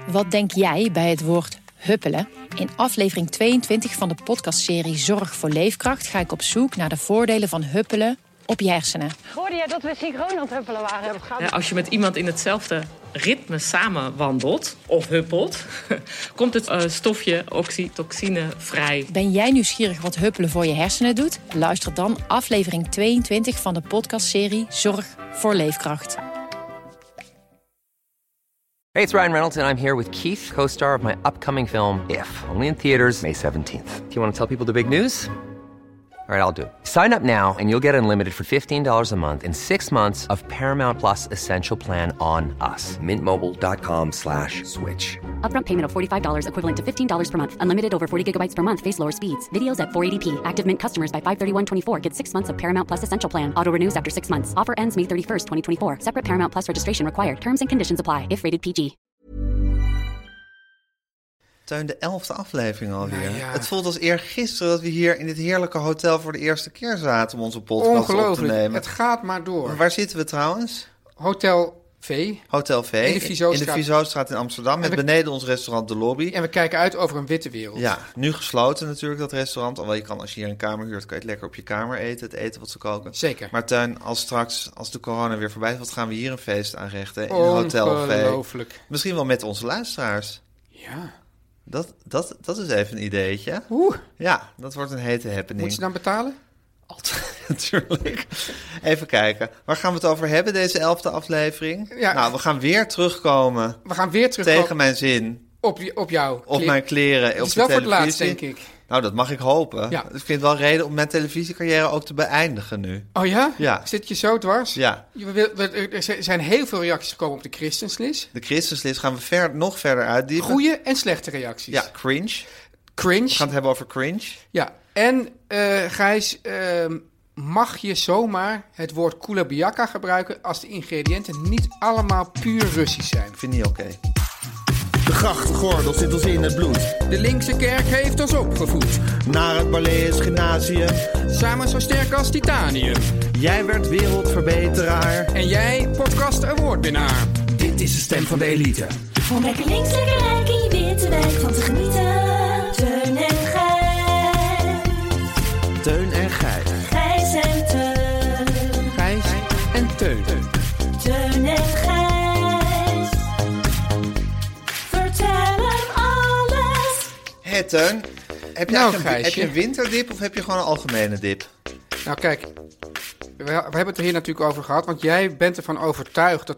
Wat denk jij bij het woord huppelen? In aflevering 22 van de podcastserie Zorg voor Leefkracht ga ik op zoek naar de voordelen van huppelen op je hersenen. Hoorde jij dat we synchroon aan het huppelen waren? Ja, als je met iemand in hetzelfde ritme samen wandelt of huppelt, komt het stofje oxytocine vrij. Ben jij nieuwsgierig wat huppelen voor je hersenen doet? Luister dan aflevering 22 van de podcastserie Zorg voor Leefkracht. Hey, it's Ryan Reynolds, and I'm here with Keith, co-star of my upcoming film, If, only in theaters May 17th. Do you want to tell people the big news? All right, I'll do it. Sign up now and you'll get unlimited for $15 a month and 6 months of Paramount Plus Essential Plan on us. MintMobile.com/switch. Upfront payment of $45 equivalent to $15 per month. Unlimited over 40 gigabytes per month. Face lower speeds. Videos at 480p. Active Mint customers by 531.24 get 6 months of Paramount Plus Essential Plan. Auto renews after 6 months. Offer ends May 31st, 2024. Separate Paramount Plus registration required. Terms and conditions apply if rated PG. Teun, de 11e aflevering alweer. Nou ja. Het voelt als eergisteren dat we hier in dit heerlijke hotel voor de eerste keer zaten om onze podcast op te nemen. Het gaat maar door. Maar waar zitten we trouwens? Hotel V. Hotel V. In de Vizostraat in Amsterdam. Met beneden ons restaurant De Lobby. En we kijken uit over een witte wereld. Ja, nu gesloten natuurlijk dat restaurant. Alhoewel je kan, als je hier een kamer huurt, kan je het lekker op je kamer eten. Het eten wat ze koken. Zeker. Maar Teun, als de corona weer voorbij is, wat gaan we hier een feest aanrichten in Hotel V? Ongelooflijk. Misschien wel met onze luisteraars. Ja. Dat is even een ideetje. Ja, dat wordt een hete happening. Moet je dan betalen? Altijd, natuurlijk. Even kijken. Waar gaan we het over hebben, deze 11e aflevering? Ja. Nou, we gaan weer terugkomen. Tegen mijn zin. Op jou. Op mijn kleren. Het op is de wel voor televisie. het laatst, denk ik. Nou, dat mag ik hopen. Ja. Ik vind het wel reden om mijn televisiecarrière ook te beëindigen nu. Oh ja? Ja. Zit je zo dwars? Ja. Er zijn heel veel reacties gekomen op de Christenslis. De Christenslis gaan we nog verder uitdiepen. Goede en slechte reacties. Ja, cringe. Cringe. We gaan het hebben over cringe. Ja, en Gijs, mag je zomaar het woord kulabiaka gebruiken als de ingrediënten niet allemaal puur Russisch zijn? Ik vind het niet oké. De grachtgordel zit ons in het bloed. De linkse kerk heeft ons opgevoed. Naar het Barlees Gymnasium. Samen zo sterk als titanium. Jij werd wereldverbeteraar. En jij podcast awardwinnaar. Dit is de stem van de elite. Om lekker links, lekker rijk in je witte wijk van te genieten. Teun en Gijs. Teun en Gijs. Gijs en Teun. Gijs en Teun. Teun en Gijs. Vertel hem alles. Hé, Teun. Heb je een winterdip of heb je gewoon een algemene dip? Nou kijk, we hebben het er hier natuurlijk over gehad. Want jij bent ervan overtuigd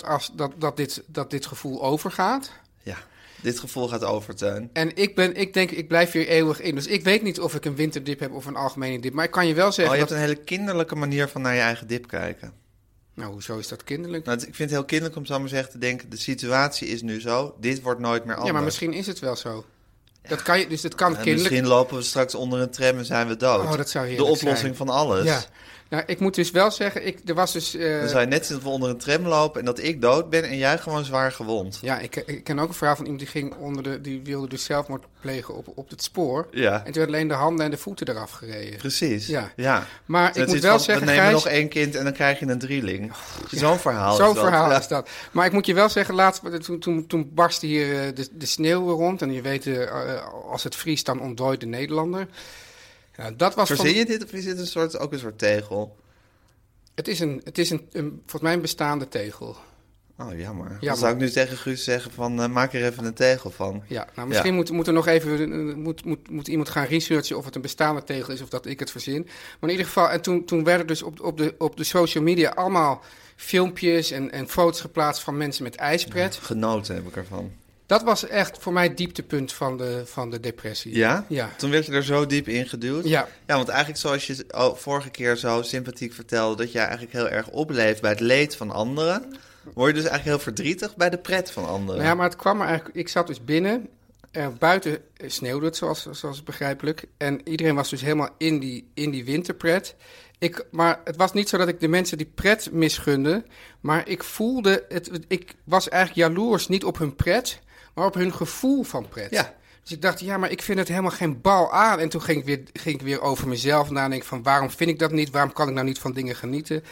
dat dit gevoel overgaat. Ja, dit gevoel gaat over, Teun. En ik blijf hier eeuwig in. Dus ik weet niet of ik een winterdip heb of een algemene dip. Maar ik kan je wel zeggen je hebt een hele kinderlijke manier van naar je eigen dip kijken. Nou, hoezo is dat kinderlijk? Nou, ik vind het heel kinderlijk om zo maar zeggen te denken, de situatie is nu zo, dit wordt nooit meer anders. Ja, maar misschien is het wel zo. Dat kan kinderlijk. Misschien lopen we straks onder een tram en zijn we dood. Oh, dat zou de heerlijk oplossing zijn. van alles. Ja. Nou, ik moet dus wel zeggen, er was dus... Dan zou je net zien dat we onder een tram lopen en dat ik dood ben en jij gewoon zwaar gewond. Ja, ik ken ook een verhaal van iemand die wilde dus zelfmoord plegen op het spoor. Ja. En toen werd alleen de handen en de voeten eraf gereden. Precies. Ja. Maar dus ik moet wel zeggen, we nemen Gijs, nog 1 kind en dan krijg je een drieling. Zo'n verhaal is dat. Maar ik moet je wel zeggen, laatst, toen barstte hier de sneeuw rond. En je weet, als het vriest, dan ontdooit de Nederlander. Ja, dat was Verzin je dit of is dit ook een soort tegel? Het is volgens mij een bestaande tegel. Oh, jammer. Dan zou ik nu tegen Guus zeggen van maak er even een tegel van. Ja, nou misschien moet er nog even moet iemand gaan researchen of het een bestaande tegel is of dat ik het verzin. Maar in ieder geval, en toen werden dus op de social media allemaal filmpjes en foto's geplaatst van mensen met ijspret. Ja, genoten heb ik ervan. Dat was echt voor mij het dieptepunt van de depressie. Ja? Ja. Toen werd je er zo diep in geduwd? Ja. Ja, want eigenlijk zoals je vorige keer zo sympathiek vertelde, dat jij eigenlijk heel erg opleeft bij het leed van anderen, word je dus eigenlijk heel verdrietig bij de pret van anderen. Nou ja, maar het kwam er eigenlijk... Ik zat dus binnen. Buiten sneeuwde het, zoals begrijpelijk. En iedereen was dus helemaal in die winterpret. Maar het was niet zo dat ik de mensen die pret misgunde. Maar ik voelde... Ik was eigenlijk jaloers, niet op hun pret, maar op hun gevoel van pret. Ja. Dus ik dacht, ja, maar ik vind het helemaal geen bal aan. En toen ging ik weer over mezelf nadenken van waarom vind ik dat niet? Waarom kan ik nou niet van dingen genieten?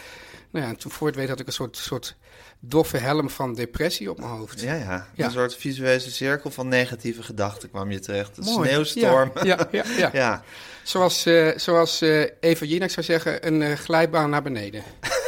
Nou ja, en toen voor het weet had ik een soort doffe helm van depressie op mijn hoofd. Ja. Ja. Een soort visuele cirkel van negatieve gedachten kwam je terecht. Een Mooi. sneeuwstorm. Ja. Ja. Zoals Eva Jinek zou zeggen, een glijbaan naar beneden.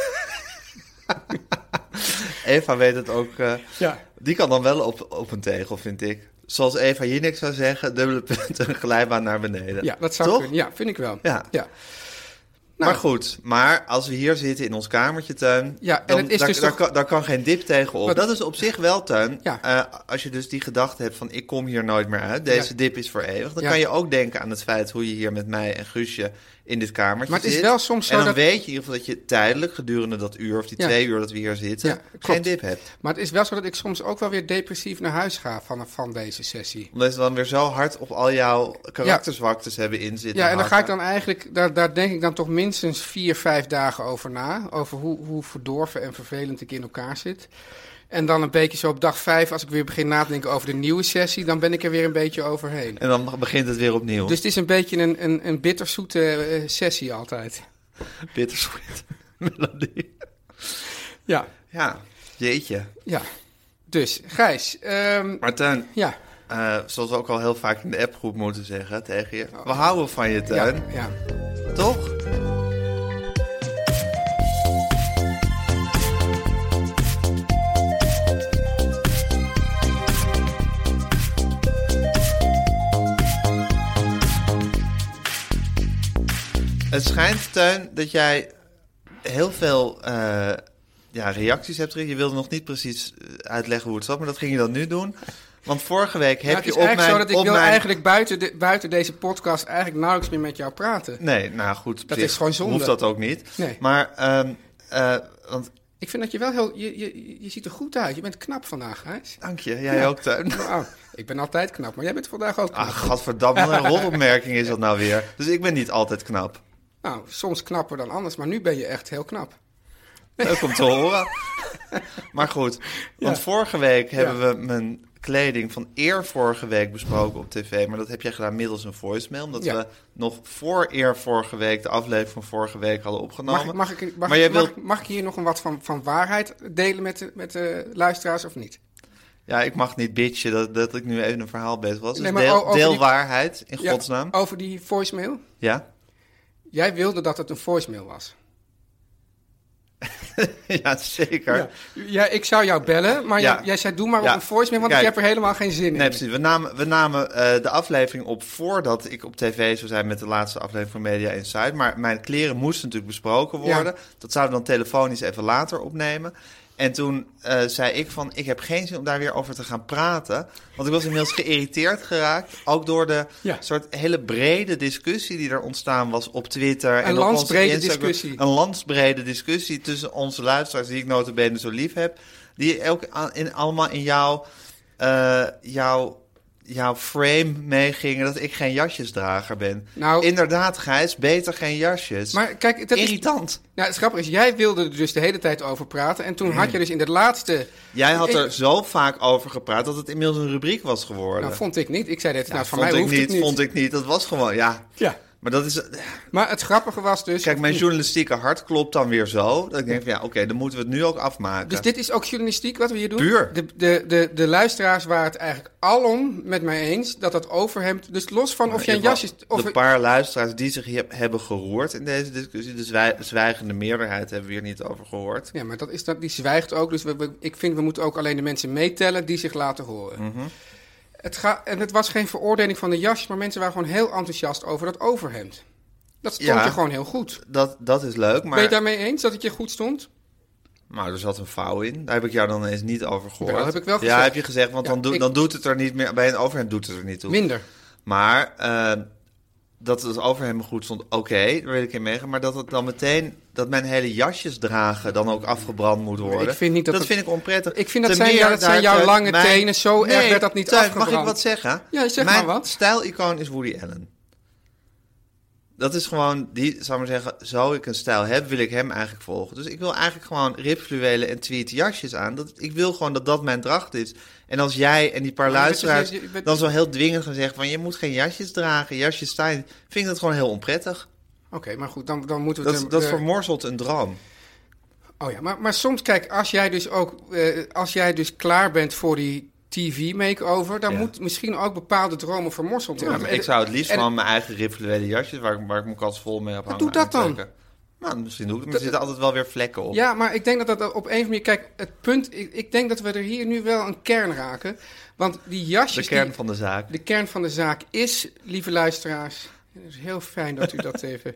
Eva weet het ook. Ja. Die kan dan wel op een tegel, vind ik. Zoals Eva Jinek zou zeggen, dubbele punten, een glijbaan naar beneden. Ja, dat zou Toch? kunnen. Ja, vind ik wel. Ja. Ja. Maar goed, als we hier zitten in ons kamertje, Teun, Ja, en dan, het is daar, dus daar, toch- kan, daar kan geen dip tegenop. Wat- Dat is op zich wel, Teun. Ja. Als je dus die gedachte hebt van ik kom hier nooit meer uit, deze Ja. dip is voor eeuwig, dan Ja. kan je ook denken aan het feit hoe je hier met mij en Guusje in dit kamertje Maar het is zit. wel soms zo en dan dat- weet je in ieder geval dat je tijdelijk gedurende dat uur of die Ja. 2 uur dat we hier zitten, Ja, geen klopt. dip hebt. Maar het is wel zo dat ik soms ook wel weer depressief naar huis ga van deze sessie. Omdat ze dan weer zo hard op al jouw karakterzwaktes hebben inzitten. Ja, en dan ga ik hakken. dan eigenlijk, daar denk ik dan toch minstens 4-5 dagen over na. Over hoe verdorven en vervelend ik in elkaar zit. En dan een beetje zo op dag 5, als ik weer begin na te denken over de nieuwe sessie, dan ben ik er weer een beetje overheen. En dan begint het weer opnieuw. Dus het is een beetje een bitterzoete sessie altijd. Bittersweet melodie. Ja, Ja, jeetje. ja. Dus, Gijs, Maar Teun, ja. zoals we ook al heel vaak in de appgroep moeten zeggen tegen je. We houden van je, Teun. Ja. Toch? Het schijnt, Teun, dat jij heel veel reacties hebt gekregen. Je wilde nog niet precies uitleggen hoe het zat, maar dat ging je dan nu doen. Want vorige week heb het je is op eigenlijk mijn... zo dat ik op wil mijn... eigenlijk buiten deze podcast eigenlijk nauwelijks meer met jou praten. Nee, nou goed. op Dat zich is gewoon zonde. Hoeft dat ook niet. Nee. Maar, want... Ik vind dat je wel heel... Je ziet er goed uit. Je bent knap vandaag, Gijs. Dank je. Jij Ja. ook, Teun. Nou, ik ben altijd knap, maar jij bent vandaag ook knap. Ach, gadverdamme, wat een rotopmerking is dat nou weer. Dus ik ben niet altijd knap. Nou, soms knapper dan anders, maar nu ben je echt heel knap. Leuk om te horen. Maar goed, want vorige week hebben we mijn kleding van vorige week besproken op tv. Maar dat heb jij gedaan middels een voicemail. Omdat we nog voor vorige week de aflevering van vorige week hadden opgenomen. Mag ik hier nog een wat van waarheid delen met de luisteraars of niet? Ja, ik mag niet bitchen dat ik nu even een verhaal bezig was. Dus Nee, maar deel die- waarheid, in godsnaam. Over die voicemail. Ja? Jij wilde dat het een voicemail was. Ja, zeker. Ja, ik zou jou bellen, maar jij zei doe maar op een voicemail, want ik heb er helemaal geen zin in. Nee, precies. We namen de aflevering op voordat ik op tv zou zijn met de laatste aflevering van Media Inside. Maar mijn kleren moesten natuurlijk besproken worden. Ja. Dat zouden we dan telefonisch even later opnemen. En toen zei ik van, ik heb geen zin om daar weer over te gaan praten. Want ik was inmiddels geïrriteerd geraakt. Ook door de soort hele brede discussie die er ontstaan was op Twitter. Een en op landsbrede onze Instagram. discussie. Een landsbrede discussie tussen onze luisteraars, die ik nota bene zo lief heb. Die ook allemaal in jouw frame meegingen dat ik geen jasjesdrager ben. Nou, inderdaad, Gijs, beter geen jasjes. Maar kijk, dat irritant. Nou, het grappige is, jij wilde er dus de hele tijd over praten. En toen had je dus in het laatste... Jij had er zo vaak over gepraat dat het inmiddels een rubriek was geworden. Nou, vond ik niet. Ik zei dit, Ja, nou, van mij hoeft het niet. Vond ik niet. Dat was gewoon, ja. Maar dat is... Maar het grappige was dus... Kijk, mijn journalistieke hart klopt dan weer zo. Dat ik denk van, ja, oké, dan moeten we het nu ook afmaken. Dus dit is ook journalistiek wat we hier doen? Puur. De luisteraars waren het eigenlijk alom met mij eens dat het overhemd... Dus los van of jij een jasje... De paar luisteraars die zich hebben geroerd in deze discussie. De zwijgende meerderheid hebben we hier niet over gehoord. Ja, maar die zwijgt ook. Dus ik vind, we moeten ook alleen de mensen meetellen die zich laten horen. Mm-hmm. Het was geen veroordeling van de jas, maar mensen waren gewoon heel enthousiast over dat overhemd. Dat stond je gewoon heel goed. Dat is leuk, maar... Ben je daarmee eens dat het je goed stond? Maar er zat een fout in. Daar heb ik jou dan eens niet over gehoord. Dat heb ik wel gezegd. Ja, heb je gezegd, want dan doet het er niet meer... Bij een overhemd doet het er niet toe. Minder. Maar dat het overhemd goed stond, oké, daar wil ik in meegaan. Maar dat het dan meteen... Dat mijn hele jasjes dragen dan ook afgebrand moet worden. Ik vind niet dat vind ik onprettig. Ik vind dat zijn jouw lange tenen. Zo erg werd dat niet afgebrand. Mag ik wat zeggen? Ja, zeg mijn maar wat. stijlicoon is Woody Allen. Dat is gewoon, zou maar zeggen, zo ik een stijl heb, wil ik hem eigenlijk volgen. Dus ik wil eigenlijk gewoon ribfluwelen en tweed jasjes aan. Ik wil gewoon dat dat mijn dracht is. En als jij en die paar luisteraars dan zo heel dwingend gaan zeggen van je moet geen jasjes dragen, jasjes staan, vind ik dat gewoon heel onprettig. Oké, maar goed, dan moeten we... Dat vermorzelt een droom. Oh ja, maar soms, kijk, als jij dus klaar bent voor die TV-makeover, dan moet misschien ook bepaalde dromen vermorseld Ja, worden. maar ik zou het liefst gewoon mijn eigen rituele jasjes, waar ik mijn kast vol mee heb hangen. Doe dat dan. uittrekken. Nou, misschien doe ik het, maar er zitten altijd wel weer vlekken op. Ja, maar ik denk dat op een of andere manier... Kijk, het punt... Ik denk dat we er hier nu wel een kern raken. Want die jasjes... De kern van de zaak. De kern van de zaak is, lieve luisteraars... Het is heel fijn dat u dat even...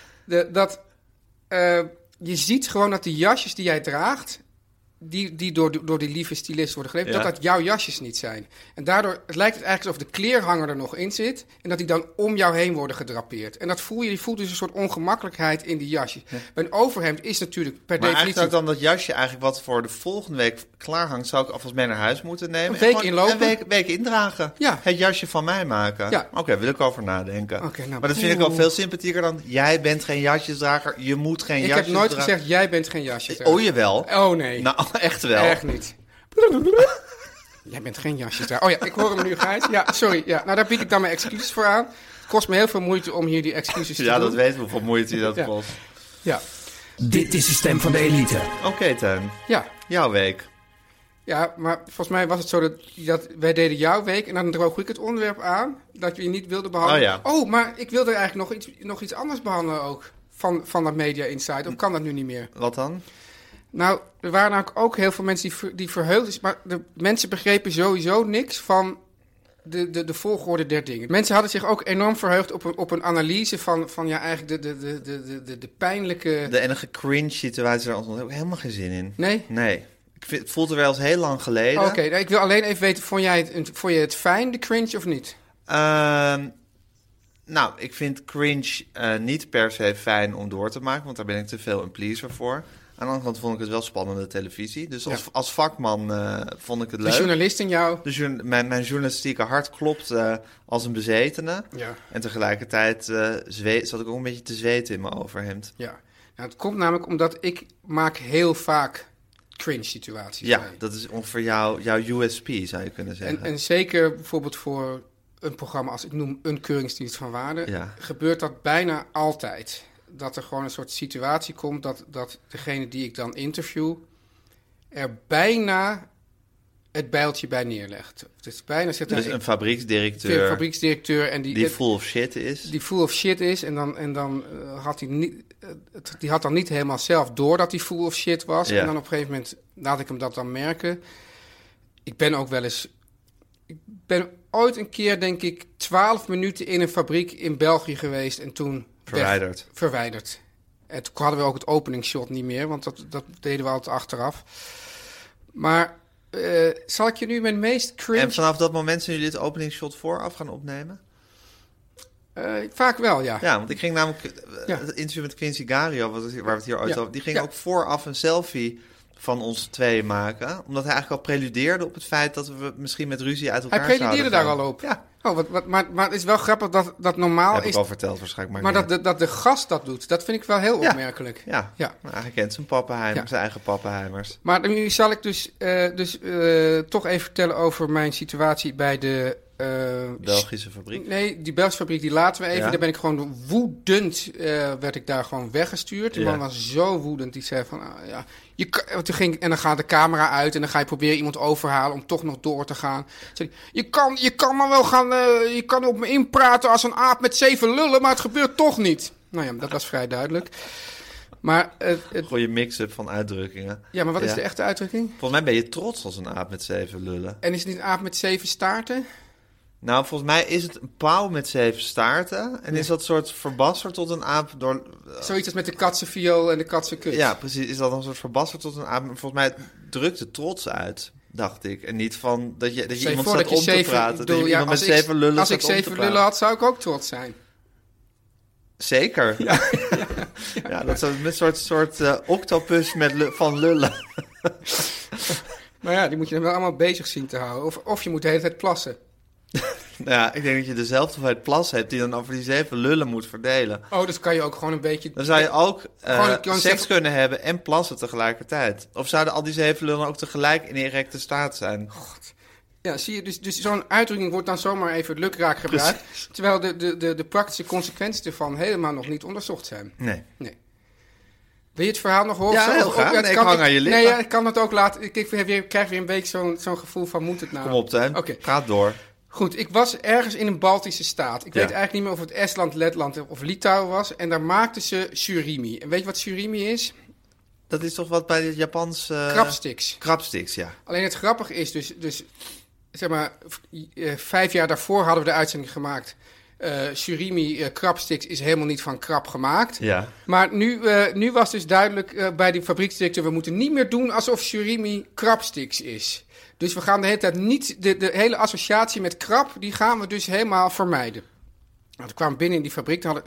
Je ziet gewoon dat die jasjes die jij draagt... die door die lieve stylist worden geleverd... dat jouw jasjes niet zijn. En daardoor lijkt het eigenlijk alsof de kleerhanger er nog in zit... en dat die dan om jou heen worden gedrapeerd. En dat je voelt dus een soort ongemakkelijkheid in die jasjes. Ja. Een overhemd is natuurlijk per definitie... Maar eigenlijk zou ik dan dat jasje eigenlijk wat voor de volgende week klaar hangt... zou ik alvast mee naar huis moeten nemen. Een week inlopen. Een week indragen. Ja. Het jasje van mij maken. Ja. Oké, wil ik over nadenken. Nou, maar dat vind ik al veel sympathieker dan... jij bent geen jasjesdrager, je moet geen jasjes dragen. Ik heb nooit gezegd, jij bent geen jasjesdrager. Oh, jawel. Oh, nee. Nou, echt wel. Echt niet. Jij bent geen jasjesdrager. Oh ja, ik hoor hem nu, Gijs. Ja, sorry. Ja, nou, daar bied ik dan mijn excuses voor aan. Het kost me heel veel moeite om hier die excuses te doen. Ja, dat weten we hoeveel moeite dat kost. Ja. Dit is de stem van de elite. Oké, Teun. Ja. Jouw week. Ja, maar volgens mij was het zo dat wij deden jouw week... en dan droog ik het onderwerp aan dat je niet wilde behandelen. Oh ja. Oh, maar ik wilde eigenlijk nog iets anders behandelen ook... van dat Media Insight. Of kan dat nu niet meer? Wat dan? Nou, er waren ook heel veel mensen die verheugd is... maar de mensen begrepen sowieso niks van de volgorde der dingen. Mensen hadden zich ook enorm verheugd op een analyse van ja, eigenlijk de pijnlijke... De enige cringe situatie daar ontstond. Daar heb ik helemaal geen zin in. Nee? Nee. Het voelt er wel eens heel lang geleden. Oké, nou, ik wil alleen even weten, vond je het fijn, de cringe, of niet? Nou, ik vind cringe niet per se fijn om door te maken... want daar ben ik te veel een pleaser voor. Aan de andere kant vond ik het wel spannende televisie. Dus als vakman vond ik het leuk. De journalist in jou? Mijn journalistieke hart klopt als een bezetene. Ja. En tegelijkertijd zat ik ook een beetje te zweten in mijn overhemd. Ja, nou, het komt namelijk omdat ik maak heel vaak cringe situaties. Ja, dat is ongeveer jouw USP, zou je kunnen zeggen. En zeker bijvoorbeeld voor een programma als ik noem een keuringsdienst van waarde... gebeurt dat bijna altijd... dat er gewoon een soort situatie komt... dat degene die ik dan interview... er bijna het bijltje bij neerlegt. Dus bijna zegt dus een fabrieksdirecteur... en die full of shit is. Die full of shit is. En dan had hij niet... Die had dan niet helemaal zelf door dat hij full of shit was. Ja. En dan op een gegeven moment laat ik hem dat dan merken. Ik ben ook wel eens... Ik ben ooit een keer, denk ik, 12 minuten in een fabriek in België geweest... en toen... Verwijderd. En toen hadden we ook het openingsshot niet meer, want dat deden we altijd achteraf. Maar zal ik je nu mijn meest cringe... En vanaf dat moment zijn jullie dit openingsshot vooraf gaan opnemen? Vaak wel, ja. Ja, want ik ging namelijk... Het interview met Quincy Gario, waar we het hier ooit over... die ging ook vooraf een selfie van ons twee maken. Omdat hij eigenlijk al preludeerde op het feit... dat we misschien met ruzie uit elkaar zouden gaan. Hij preludeerde daar al op? Ja. Oh, maar het is wel grappig dat normaal heb is... ik al verteld waarschijnlijk. Maar dat de gast dat doet, dat vind ik wel heel opmerkelijk. Ja. Maar hij kent zijn pappenheimers, zijn eigen pappenheimers. Maar nu zal ik dus toch even vertellen over mijn situatie bij de... Belgische fabriek? Nee, die Belgische fabriek, die laten we even. Ja. Daar ben ik gewoon woedend, werd ik daar gewoon weggestuurd. Die man was zo woedend, die zei van... en dan gaat de camera uit en dan ga je proberen iemand overhalen om toch nog door te gaan. Zei, je kan maar wel gaan, je kan op me inpraten als een aap met 7 lullen, maar het gebeurt toch niet. Nou ja, dat was vrij duidelijk. Maar gooi je mix-up van uitdrukkingen. Ja, maar wat is de echte uitdrukking? Volgens mij ben je trots als een aap met 7 lullen. En is het niet een aap met 7 staarten? Nou, volgens mij is het een pauw met 7 staarten. En is dat soort verbasterd tot een aap door... Zoiets als met de katsenviool en de katsenkut. Ja, precies. Is dat een soort verbasterd tot een aap? Volgens mij drukt het trots uit, dacht ik. En niet van dat je iemand staat om te praten. Dat je iemand met 7 lullen als ik 7 lullen had, zou ik ook trots zijn. Zeker. Ja, dat is een soort octopus van lullen. Maar ja, die moet je dan wel allemaal bezig zien te houden. Of je moet de hele tijd plassen. Ja, ik denk dat je dezelfde hoeveelheid plas hebt die dan over die 7 lullen moet verdelen. Oh, dus kan je ook gewoon een beetje... Dan zou je ook seks kunnen hebben en plassen tegelijkertijd. Of zouden al die 7 lullen ook tegelijk in erecte staat zijn? God. Ja, zie je, dus zo'n uitdrukking wordt dan zomaar even lukraak gebruikt. Precies. Terwijl de praktische consequenties ervan helemaal nog niet onderzocht zijn. Nee. Wil je het verhaal nog horen? Ja, heel graag. Ik hang aan je lippen. Nee, ik kan het ook laten. Ik krijg weer een beetje zo'n gevoel van moet het nou? Kom op, Teun. Oké. Praat door. Goed, ik was ergens in een Baltische staat. Ik weet eigenlijk niet meer of het Estland, Letland of Litouwen was. En daar maakten ze surimi. En weet je wat surimi is? Dat is toch wat bij het Japans... Krabsticks. Krabsticks, ja. Alleen het grappige is dus zeg maar, 5 jaar daarvoor hadden we de uitzending gemaakt. Surimi krabsticks is helemaal niet van krab gemaakt. Ja. Maar nu was dus duidelijk bij die fabrieksdirecteur... we moeten niet meer doen alsof surimi krabsticks is. Dus we gaan de hele tijd niet... De hele associatie met krab, die gaan we dus helemaal vermijden. Nou, we kwamen binnen in die fabriek, daar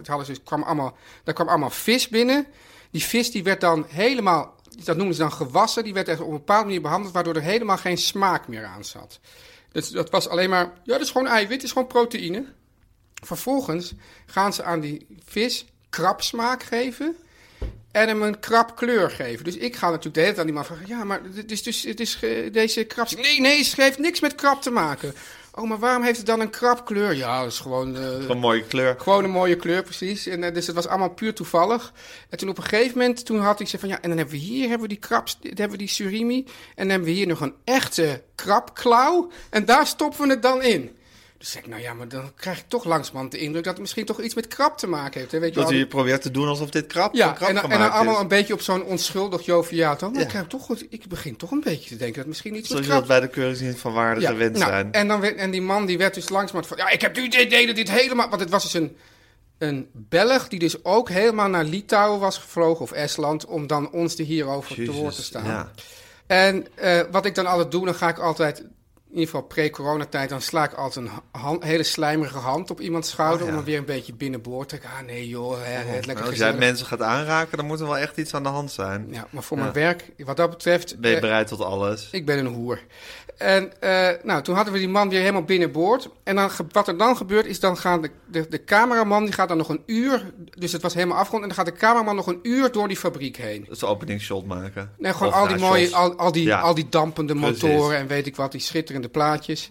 kwam allemaal vis binnen. Die vis die werd dan helemaal... Dat noemen ze dan gewassen. Die werd echt op een bepaalde manier behandeld... waardoor er helemaal geen smaak meer aan zat. Dus dat was alleen maar... Ja, dat is gewoon eiwit, dat is gewoon proteïne. Vervolgens gaan ze aan die vis krabsmaak geven... en hem een krabkleur geven. Dus ik ga natuurlijk de hele tijd aan die man vragen... Ja, maar het is deze krab... Nee, het heeft niks met krab te maken. Oh, maar waarom heeft het dan een krabkleur? Ja, dat is gewoon... een mooie kleur. Gewoon een mooie kleur, precies. En, dus het was allemaal puur toevallig. En toen op een gegeven moment, toen had ik gezegd van... Ja, en dan hebben we die krabs, hebben we die surimi... en dan hebben we hier nog een echte krabklauw... en daar stoppen we het dan in. Dus zeg ik, nou ja, maar dan krijg ik toch langzamerhand de indruk... dat het misschien toch iets met krab te maken heeft. Hè? Weet je dat wel, u probeert te doen alsof dit krab ja, krab gemaakt en dan allemaal is. een beetje op zo'n onschuldig joviaal toon. Maar Ja. ik begin toch een beetje te denken... dat misschien iets Zoals met je krab... dat bij de Keuringsdienst van Waarde gewend zijn. En die man die werd dus langzamerhand van... Ja, ik heb nu dit idee dat dit helemaal... Want het was dus een Belg die dus ook helemaal naar Litouwen was gevlogen... of Estland, om dan ons hierover te woord te staan. Ja. En wat ik dan altijd doe, dan ga ik altijd... In ieder geval pre-coronatijd, dan sla ik altijd een hele slijmerige hand op iemands schouder... om hem weer een beetje binnenboord te trekken. Ah nee joh, het lekker als jij mensen gaat aanraken, dan moet er wel echt iets aan de hand zijn. Ja, maar voor mijn werk, wat dat betreft... Ben je bereid tot alles? Ik ben een hoer. En toen hadden we die man weer helemaal binnenboord. En dan, wat er dan gebeurt, is dan gaan de cameraman... die gaat dan nog een uur... Dus het was helemaal afgerond. En dan gaat de cameraman nog een uur door die fabriek heen. Dat is de openingsshot maken. Nee, gewoon Of al die mooie... shots. Al die dampende Precies. motoren en weet ik wat, die schitterende plaatjes.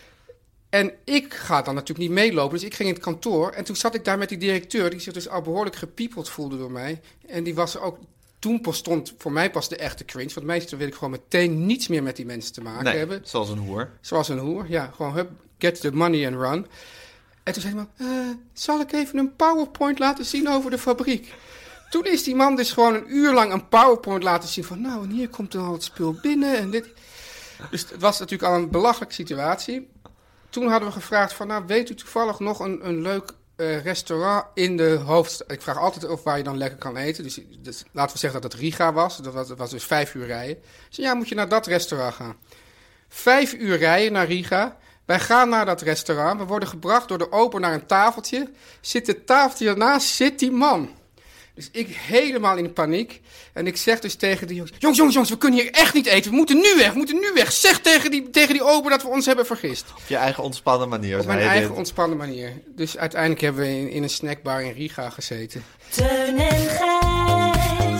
En ik ga dan natuurlijk niet meelopen. Dus ik ging in het kantoor. En toen zat ik daar met die directeur... die zich dus al behoorlijk gepiepeld voelde door mij. En die was ook... Toen stond voor mij pas de echte cringe. Want meestal wil ik gewoon meteen niets meer met die mensen te maken hebben. Zoals een hoer. Zoals een hoer, ja. Gewoon hup, get the money and run. En toen zei hij man, zal ik even een PowerPoint laten zien over de fabriek? Toen is die man dus gewoon een uur lang een PowerPoint laten zien van... Nou, en hier komt dan al het spul binnen en dit. Dus het was natuurlijk al een belachelijke situatie. Toen hadden we gevraagd van, nou, weet u toevallig nog een leuk... restaurant in de hoofdstad. Ik vraag altijd of waar je dan lekker kan eten. Dus laten we zeggen dat het Riga was. Dat was dus 5 uur rijden. Dus ja, moet je naar dat restaurant gaan. 5 uur rijden naar Riga. Wij gaan naar dat restaurant. We worden gebracht door de ober naar een tafeltje. Zit het tafeltje ernaast, zit die man. Dus ik helemaal in paniek. En ik zeg dus tegen die jongens... Jongens, we kunnen hier echt niet eten. We moeten nu weg. Zeg tegen die ober dat we ons hebben vergist. Op je eigen ontspannen manier. Op mijn eigen ontspannen manier. Dus uiteindelijk hebben we in een snackbar in Riga gezeten. Teun en Gijs.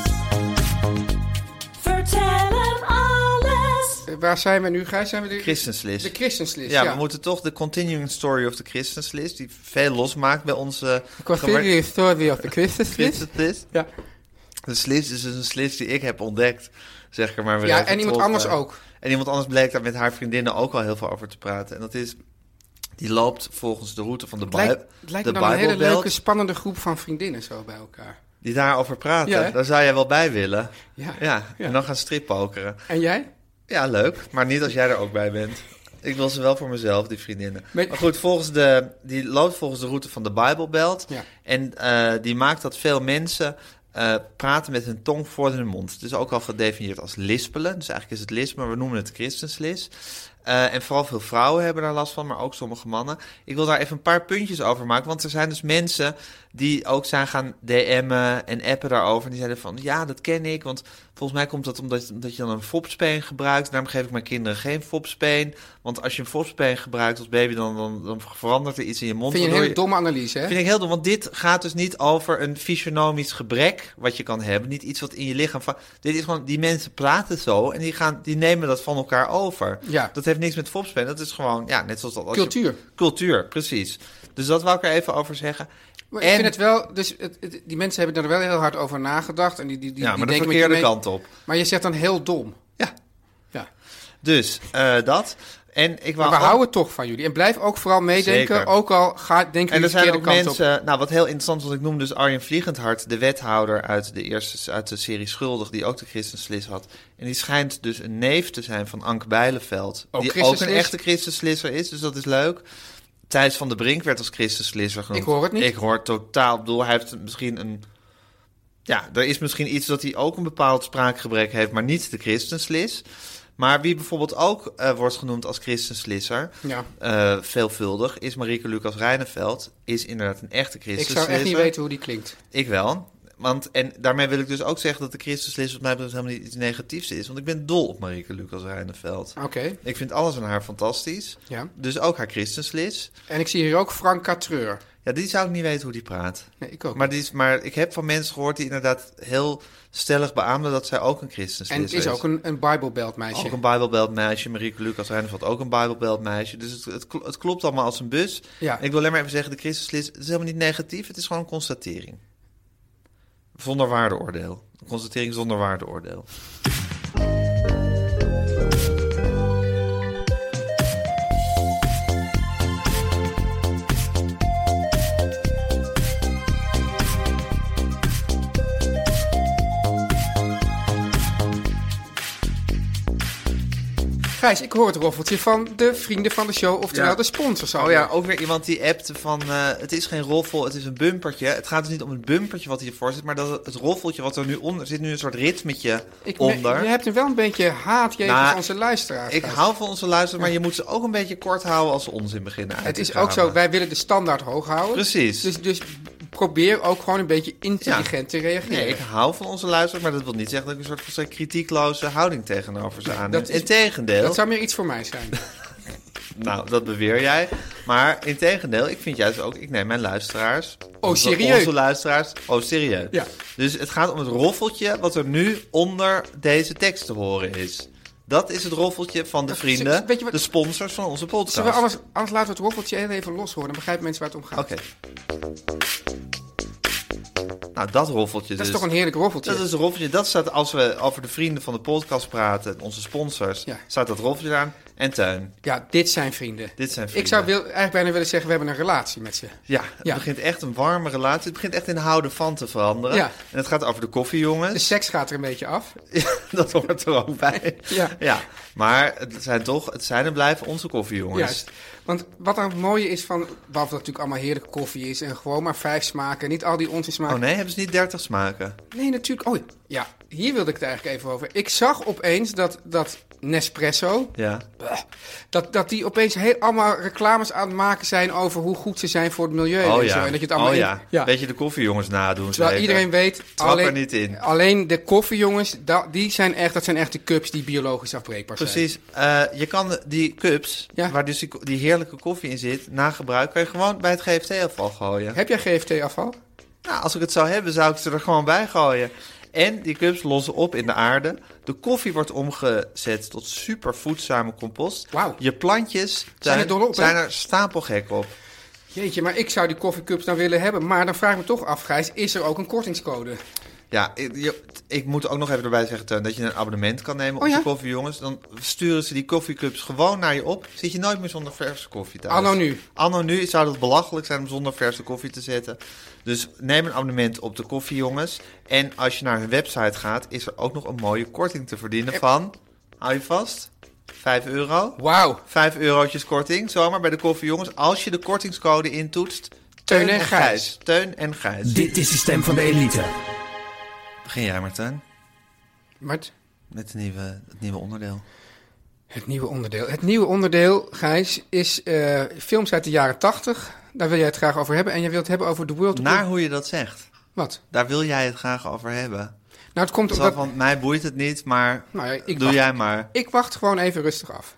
Vertel hem alles. Waar zijn we nu, Gijs? Zijn we Christenslis. De Christenslis, ja. We moeten toch de continuing story of the Christenslis... die veel losmaakt bij onze... Continuing story of the Christenslis. Ja. De slis is dus een slis die ik heb ontdekt, zeg ik er maar weer. Ja, en iemand anders ook. En iemand anders bleek daar met haar vriendinnen ook al heel veel over te praten. En dat is, die loopt volgens de route van de Bijbel. Het lijkt me dan een hele leuke, spannende groep van vriendinnen zo bij elkaar. Die daarover praten. Ja, daar zou jij wel bij willen. Ja. En dan gaan strippokeren. En jij? Ja, leuk. Maar niet als jij er ook bij bent. Ik wil ze wel voor mezelf, die vriendinnen. Maar goed, die loopt volgens de route van de Bijbelbelt. Ja. En die maakt dat veel mensen... praten met hun tong voor hun mond. Het is ook al gedefinieerd als lispelen. Dus eigenlijk is het lisp, maar we noemen het Christenslis. En vooral veel vrouwen hebben daar last van, maar ook sommige mannen. Ik wil daar even een paar puntjes over maken, want er zijn dus mensen die ook zijn gaan DM'en en appen daarover. En die zeiden van, ja, dat ken ik, want volgens mij komt dat omdat je dan een fopspeen gebruikt. Daarom geef ik mijn kinderen geen fopspeen. Want als je een fopspeen gebruikt als baby, dan verandert er iets in je mond. Vind je een hele domme analyse, hè? Vind ik heel dom, want dit gaat dus niet over een fysionomisch gebrek wat je kan hebben. Niet iets wat in je lichaam... Dit is gewoon, die mensen praten zo en die nemen dat van elkaar over. Ja. Dat heeft heeft niks met fop spelen. Dat is gewoon, ja, net zoals dat. Als Cultuur. Cultuur, precies. Dus dat wou ik er even over zeggen. Maar ik vind het wel, dus die mensen hebben er wel heel hard over nagedacht. En die maar de denken verkeerde met je mee, kant op. Maar je zegt dan heel dom. Ja. Ja. Dus dat. En ik wou Maar we houden toch van jullie. En blijf ook vooral meedenken, Zeker. ook al denken En jullie er de zijn verkeerde ook kant mensen, op. nou wat heel interessant was, ik noemde dus Arjen Vliegendhart, de wethouder uit de serie Schuldig, die ook de Christenslis had. En die schijnt dus een neef te zijn van Anke Bijleveld, die ook een Christenslis? echte Christenslisser is, dus dat is leuk. Thijs van der Brink werd als Christenslisser genoemd. Ik hoor het niet. Ik hoor het totaal. Ik bedoel, hij heeft misschien een... Ja, er is misschien iets dat hij ook een bepaald spraakgebrek heeft, maar niet de Christenslis. Maar wie bijvoorbeeld ook wordt genoemd als Christenslisser, veelvuldig, is Marieke Lucas Rijneveld. Is inderdaad een echte Ik Christenslisser. zou echt niet weten hoe die klinkt. Ik wel. En daarmee wil ik dus ook zeggen dat de Christenslis wat mij betreft helemaal niet iets negatiefs is. Want ik ben dol op Marieke Lucas Rijneveld. Oké. Ik vind alles aan haar fantastisch. Ja. Dus ook haar Christenslis. En ik zie hier ook Frank Catreur. Ja, die zou ik niet weten hoe die praat. Nee, ik ook. Maar ik heb van mensen gehoord die inderdaad heel stellig beamen dat zij ook een Christenslis is. En het is ook een Bijbelbelt meisje. Ook een Bijbelbelt meisje. Marieke Lucas Rijneveld ook een Bijbelbelt meisje. Dus het klopt allemaal als een bus. Ja. Ik wil alleen maar even zeggen, de Christenslis, het is helemaal niet negatief. Het is gewoon een constatering. Zonder waardeoordeel. Een constatering zonder waardeoordeel. Gijs, ik hoor het roffeltje van de vrienden van de show, oftewel de sponsors. Oh ja, ook weer iemand die appte van, het is geen roffel, het is een bumpertje. Het gaat dus niet om het bumpertje wat hiervoor zit, maar dat het roffeltje wat er nu onder zit, nu een soort ritmetje onder. Je hebt er wel een beetje haat jegens onze luisteraars. Ik Gijs. hou van onze luisteraars, maar je moet ze ook een beetje kort houden als ze onzin beginnen uit Het te is kramen. ook zo, wij willen de standaard hoog houden. Precies. Dus probeer ook gewoon een beetje intelligent te reageren. Nee, ik hou van onze luisteraars, maar dat wil niet zeggen dat ik een soort van kritiekloze houding tegenover ze aan heb. dat is- Integendeel. Dat zou meer iets voor mij zijn. Nou, dat beweer jij. Maar integendeel, ik vind juist ook, ik neem mijn luisteraars... serieus? Onze luisteraars, serieus. Ja. Dus het gaat om het roffeltje wat er nu onder deze tekst te horen is. Dat is het roffeltje van de vrienden, weet je wat- de sponsors van onze podcast. Zullen we anders laten we het roffeltje heel even los horen. Dan begrijpen mensen waar het om gaat. Oké. Nou, dat roffeltje Dat is dus. toch een heerlijk roffeltje. Dat is een roffeltje. Dat staat, als we over de vrienden van de podcast praten, onze sponsors, staat dat roffeltje aan. En Teun. Ja, dit zijn vrienden. Dit zijn vrienden. Ik zou eigenlijk bijna willen zeggen, we hebben een relatie met ze. Ja, het begint echt een warme relatie. Het begint echt in houden van te veranderen. Ja. En het gaat over de koffiejongens. De seks gaat er een beetje af. Ja, dat hoort er ook bij. Ja. Maar het zijn en blijven onze koffiejongens. Juist. Want wat nou het mooie is van, behalve dat het natuurlijk allemaal heerlijke koffie is en gewoon maar 5 smaken, niet al die onzin smaken. Oh nee, hebben ze niet 30 smaken? Nee, natuurlijk. Oh ja, hier wilde ik het eigenlijk even over. Ik zag opeens dat Nespresso, dat die opeens allemaal reclames aan het maken zijn over hoe goed ze zijn voor het milieu en zo. En dat je het allemaal Beetje de koffiejongens nadoen. Terwijl zeker. iedereen weet, Trap er niet in. alleen de koffiejongens, dat zijn echt de cups die biologisch afbreekbaar zijn. Precies. Je kan die cups, waar dus die heerlijke koffie in zit, na gebruik, kan je gewoon bij het GFT-afval gooien. Heb jij GFT-afval? Nou, als ik het zou hebben, zou ik ze er gewoon bij gooien. En die cups lossen op in de aarde. De koffie wordt omgezet tot super voedzame compost. Wauw. Je plantjes zijn er stapelgek op. Jeetje, maar ik zou die koffiecups nou willen hebben. Maar dan vraag ik me toch af, Gijs, is er ook een kortingscode? Ja, ik moet ook nog even erbij zeggen, Teun, dat je een abonnement kan nemen op de koffiejongens. Dan sturen ze die koffiecups gewoon naar je op. Zit je nooit meer zonder verse koffie thuis. Anno nu. Anno nu zou het belachelijk zijn om zonder verse koffie te zetten. Dus neem een abonnement op de koffiejongens. En als je naar hun website gaat, is er ook nog een mooie korting te verdienen van, hou je vast, €5. Wauw. €5 korting, zomaar bij de koffiejongens. Als je de kortingscode intoetst, Teun en Gijs. Teun en Gijs. Dit is de stem van de elite. Begin jij maar, Teun. Wat? Met het nieuwe onderdeel. Het nieuwe onderdeel. Het nieuwe onderdeel, Gijs, is films uit de jaren 80. Daar wil jij het graag over hebben. En jij wilt het hebben over The World... Naar hoe je dat zegt. Wat? Daar wil jij het graag over hebben. Nou, het komt omdat... Van mij boeit het niet, maar doe jij maar. Ik wacht gewoon even rustig af.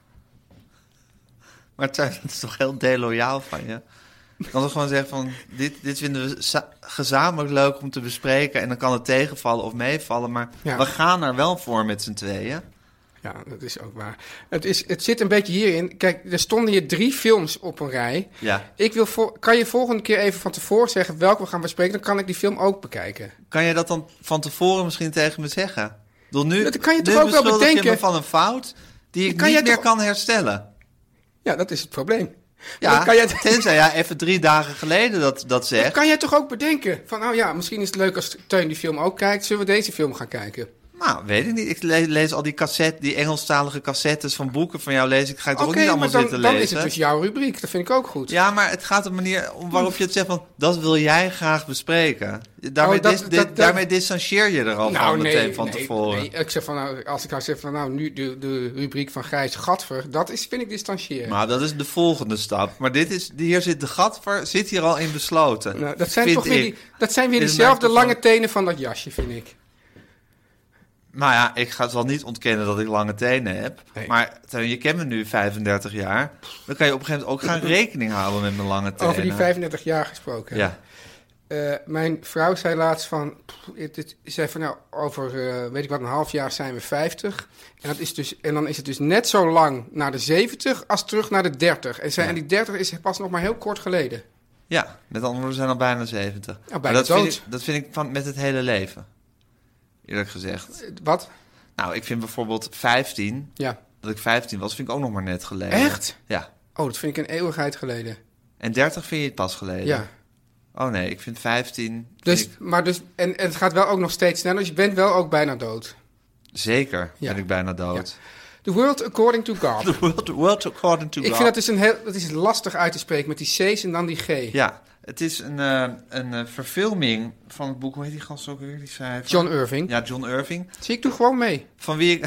Maar Teun, dat is toch heel deloyaal van je? Je kan toch gewoon zeggen van, dit vinden we gezamenlijk leuk om te bespreken. En dan kan het tegenvallen of meevallen. Maar we gaan er wel voor met z'n tweeën. Ja, dat is ook waar. Het zit een beetje hierin. Kijk, er stonden hier 3 films op een rij. Ja. Kan je volgende keer even van tevoren zeggen welke we gaan bespreken? Dan kan ik die film ook bekijken. Kan je dat dan van tevoren misschien tegen me zeggen? Dat kan je toch ook wel bedenken? Je me van een fout die ik niet meer kan herstellen. Ja, dat is het probleem. Ja, tenzij jij even 3 dagen geleden dat zegt. Dat kan jij toch ook bedenken? Van, nou ja, misschien is het leuk als Teun die film ook kijkt. Zullen we deze film gaan kijken? Nou, weet ik niet. Ik lees al die Engelstalige cassettes van boeken van jou lezen. Ik ga het ook niet allemaal zitten lezen. Dan is het dus jouw rubriek. Dat vind ik ook goed. Ja, maar het gaat om de manier waarop je het zegt van... dat wil jij graag bespreken. Daarmee distancieer je er al van meteen van tevoren. Nee, ik zeg van, nou, als ik nou zeg van... nou, nu de rubriek van Gijs Gadver... vind ik distancieren. Maar dat is de volgende stap. Maar hier zit de Gadver zit hier al in besloten. Nou, dat zijn weer diezelfde lange tenen van dat jasje, vind ik. Nou ja, ik zal niet ontkennen dat ik lange tenen heb. Nee. Maar je kent me nu 35 jaar. Dan kan je op een gegeven moment ook gaan rekening houden met mijn lange tenen. Over die 35 jaar gesproken. Ja. Mijn vrouw zei laatst van... zei van, nou, over, weet ik wat, een half jaar zijn we 50. En dan is het dus net zo lang naar de 70 als terug naar de 30. En die 30 is pas nog maar heel kort geleden. Ja, met andere woorden, we zijn al bijna 70. Ja, bijna dood. Dat vind ik met het hele leven. Eerlijk gezegd. Wat? Nou, ik vind bijvoorbeeld 15... Ja. Dat ik 15 was, vind ik ook nog maar net geleden. Echt? Ja. Oh, dat vind ik een eeuwigheid geleden. En 30 vind je het pas geleden? Ja. Oh nee, ik vind 15... En het gaat wel ook nog steeds sneller, dus je bent wel ook bijna dood. Zeker ben ik bijna dood. Ja. The World According to Garp. The world According to Garp. Ik vind dat is lastig uit te spreken met die C's en dan die G. Ja. Het is een verfilming van het boek... Hoe heet die gast ook weer, die schrijver? John Irving. Ja, John Irving. Zie ik doe gewoon mee. Van wie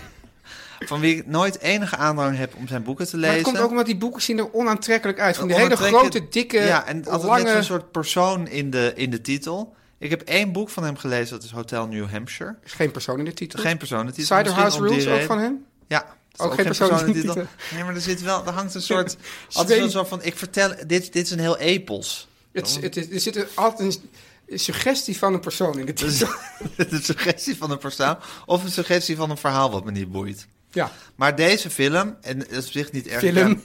ik nooit enige aandrang heb om zijn boeken te lezen. Maar het komt ook omdat die boeken zien er onaantrekkelijk uit. Van die hele grote, dikke, ja, en altijd lange... net zo'n soort persoon in de titel. Ik heb 1 boek van hem gelezen, dat is Hotel New Hampshire. Er is geen persoon in de titel. Geen persoon in de titel. Ciderhouse Rules ook van hem? Ja. Ook geen persoon in de titel. Nee, maar er hangt een soort... altijd zo van, ik vertel, dit is een heel epos. Er zit altijd een suggestie van een persoon in de titel. Een suggestie van een persoon of een suggestie van een verhaal wat me niet boeit. Ja. Maar deze film, en dat is op zich niet erg... Film?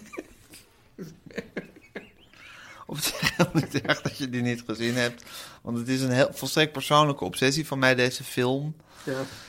Op zich heel niet erg dat je die niet gezien hebt. Want het is een volstrekt persoonlijke obsessie van mij, deze film. Ja.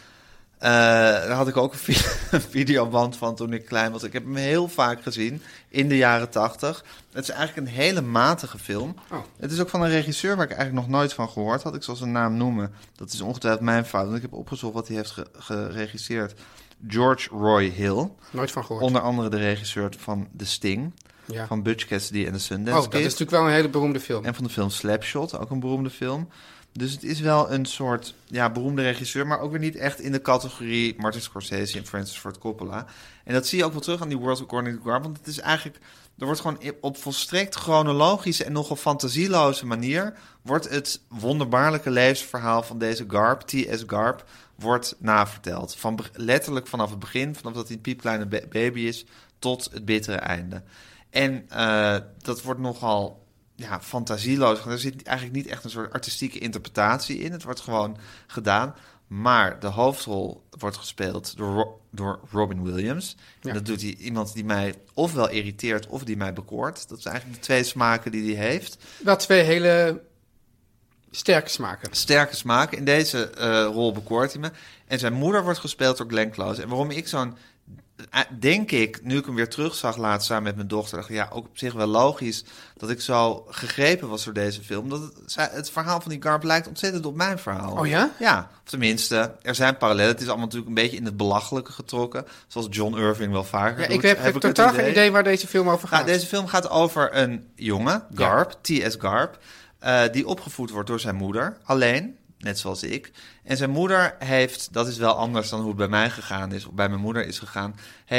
Daar had ik ook een videoband van toen ik klein was. Ik heb hem heel vaak gezien in de jaren 80. Het is eigenlijk een hele matige film. Oh. Het is ook van een regisseur waar ik eigenlijk nog nooit van gehoord had. Ik zal zijn naam noemen. Dat is ongetwijfeld mijn fout. Want ik heb opgezocht wat hij heeft geregisseerd. George Roy Hill. Nooit van gehoord. Onder andere de regisseur van The Sting. Ja. Van Butch Cassidy en The Sundance Kid. Dat is natuurlijk wel een hele beroemde film. En van de film Slapshot, ook een beroemde film. Dus het is wel een soort beroemde regisseur, maar ook weer niet echt in de categorie Martin Scorsese en Francis Ford Coppola. En dat zie je ook wel terug aan die World According to Garp, want het is eigenlijk, er wordt gewoon op volstrekt chronologische en nogal fantasieloze manier wordt het wonderbaarlijke levensverhaal van deze Garp, T.S. Garp, wordt naverteld. Letterlijk vanaf het begin, vanaf dat hij een piepkleine baby is, tot het bittere einde. En dat wordt nogal fantasieloos. Er zit eigenlijk niet echt een soort artistieke interpretatie in. Het wordt gewoon gedaan. Maar de hoofdrol wordt gespeeld door Robin Williams. Ja. En dat doet hij iemand die mij ofwel irriteert of die mij bekoort. Dat zijn eigenlijk de 2 smaken die hij heeft. Wel 2 hele sterke smaken. Sterke smaken. In deze rol bekoort hij me. En zijn moeder wordt gespeeld door Glenn Close. En waarom ik zo'n... Denk ik, nu ik hem weer terug zag laatst samen met mijn dochter... dacht ik, ook op zich wel logisch dat ik zo gegrepen was door deze film. Dat het verhaal van die Garp lijkt ontzettend op mijn verhaal. Oh ja? Ja, of tenminste, er zijn parallellen. Het is allemaal natuurlijk een beetje in het belachelijke getrokken. Zoals John Irving wel vaker doet. Ik heb totaal geen idee waar deze film over gaat. Deze film gaat over een jongen, Garp, T.S. Garp... die opgevoed wordt door zijn moeder, alleen... Net zoals ik. En zijn moeder heeft, dat is wel anders dan hoe het bij mij gegaan is, of bij mijn moeder is gegaan,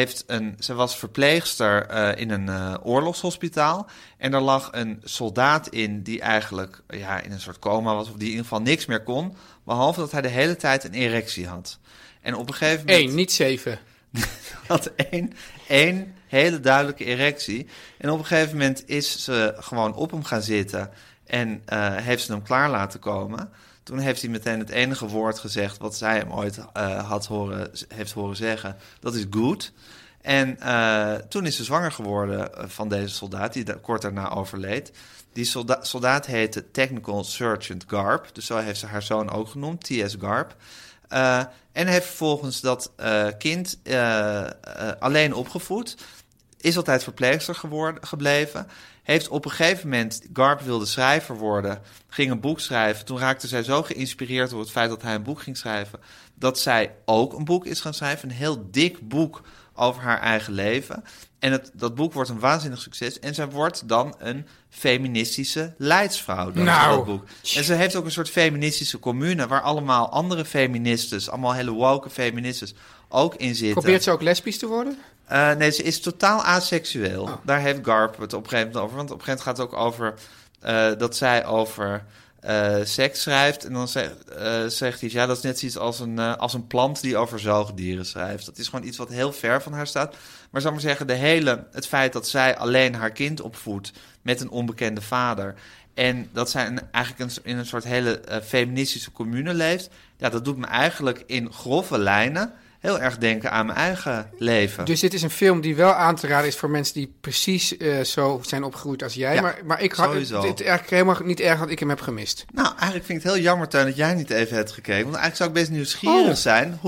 ze was verpleegster in een oorlogshospitaal. En er lag een soldaat in die eigenlijk in een soort coma was, of die in ieder geval niks meer kon, behalve dat hij de hele tijd een erectie had. En op een gegeven moment... 1, niet 7. had één hele duidelijke erectie. En op een gegeven moment is ze gewoon op hem gaan zitten en heeft ze hem klaar laten komen. Toen heeft hij meteen het enige woord gezegd wat zij hem ooit heeft horen zeggen. Dat is good. En toen is ze zwanger geworden van deze soldaat, die kort daarna overleed. Die soldaat heette Technical Sergeant Garp. Dus zo heeft ze haar zoon ook genoemd, T.S. Garp. En heeft vervolgens dat kind alleen opgevoed. Is altijd verpleegster gebleven. Heeft op een gegeven moment, Garp wilde schrijver worden, ging een boek schrijven. Toen raakte zij zo geïnspireerd door het feit dat hij een boek ging schrijven, dat zij ook een boek is gaan schrijven. Een heel dik boek over haar eigen leven. En dat boek wordt een waanzinnig succes. En zij wordt dan een feministische leidsvrouw. Dat boek. En ze heeft ook een soort feministische commune, waar allemaal andere feministes, allemaal hele woke feministes, ook in zitten. Probeert ze ook lesbisch te worden? Nee, ze is totaal aseksueel. Oh. Daar heeft Garp het op een gegeven moment over. Want op een gegeven moment gaat het ook over dat zij over seks schrijft. En dan zegt hij, ja, dat is net zoiets als een plant die over zoogdieren schrijft. Dat is gewoon iets wat heel ver van haar staat. Maar zal ik maar zeggen, het feit dat zij alleen haar kind opvoedt met een onbekende vader, en dat zij eigenlijk in een soort hele feministische commune leeft, ja, dat doet me eigenlijk in grove lijnen heel erg denken aan mijn eigen leven. Dus dit is een film die wel aan te raden is voor mensen die precies zo zijn opgegroeid als jij. Ja, maar ik had het eigenlijk helemaal niet erg dat ik hem heb gemist. Nou, eigenlijk vind ik het heel jammer, Teun, dat jij niet even hebt gekeken. Want eigenlijk zou ik best nieuwsgierig zijn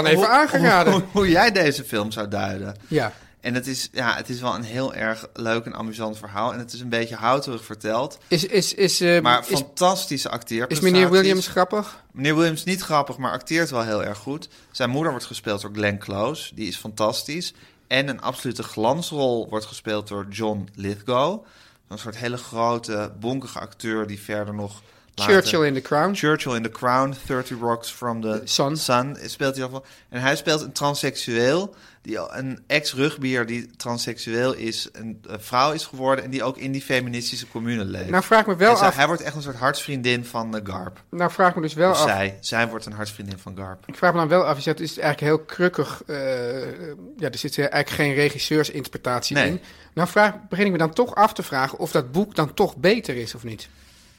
hoe jij deze film zou duiden. Ja. En het is wel een heel erg leuk en amusant verhaal. En het is een beetje houterig verteld. Maar fantastische acteerprestaties. Is meneer Williams grappig? Meneer Williams is niet grappig, maar acteert wel heel erg goed. Zijn moeder wordt gespeeld door Glenn Close. Die is fantastisch. En een absolute glansrol wordt gespeeld door John Lithgow. Een soort hele grote, bonkige acteur die verder nog Churchill in the Crown, 30 Rocks from the Sun speelt hij al. En hij speelt een transseksueel, een ex-rugbyer die transseksueel is, een vrouw is geworden en die ook in die feministische commune leeft. Nou, vraag me wel af. Hij wordt echt een soort hartsvriendin van Garp. Nou, vraag me dus wel af. Zij wordt een hartsvriendin van Garp. Ik vraag me dan wel af, het is eigenlijk heel krukkig. Er zit eigenlijk geen regisseursinterpretatie in. Nou, begin ik me dan toch af te vragen of dat boek dan toch beter is of niet.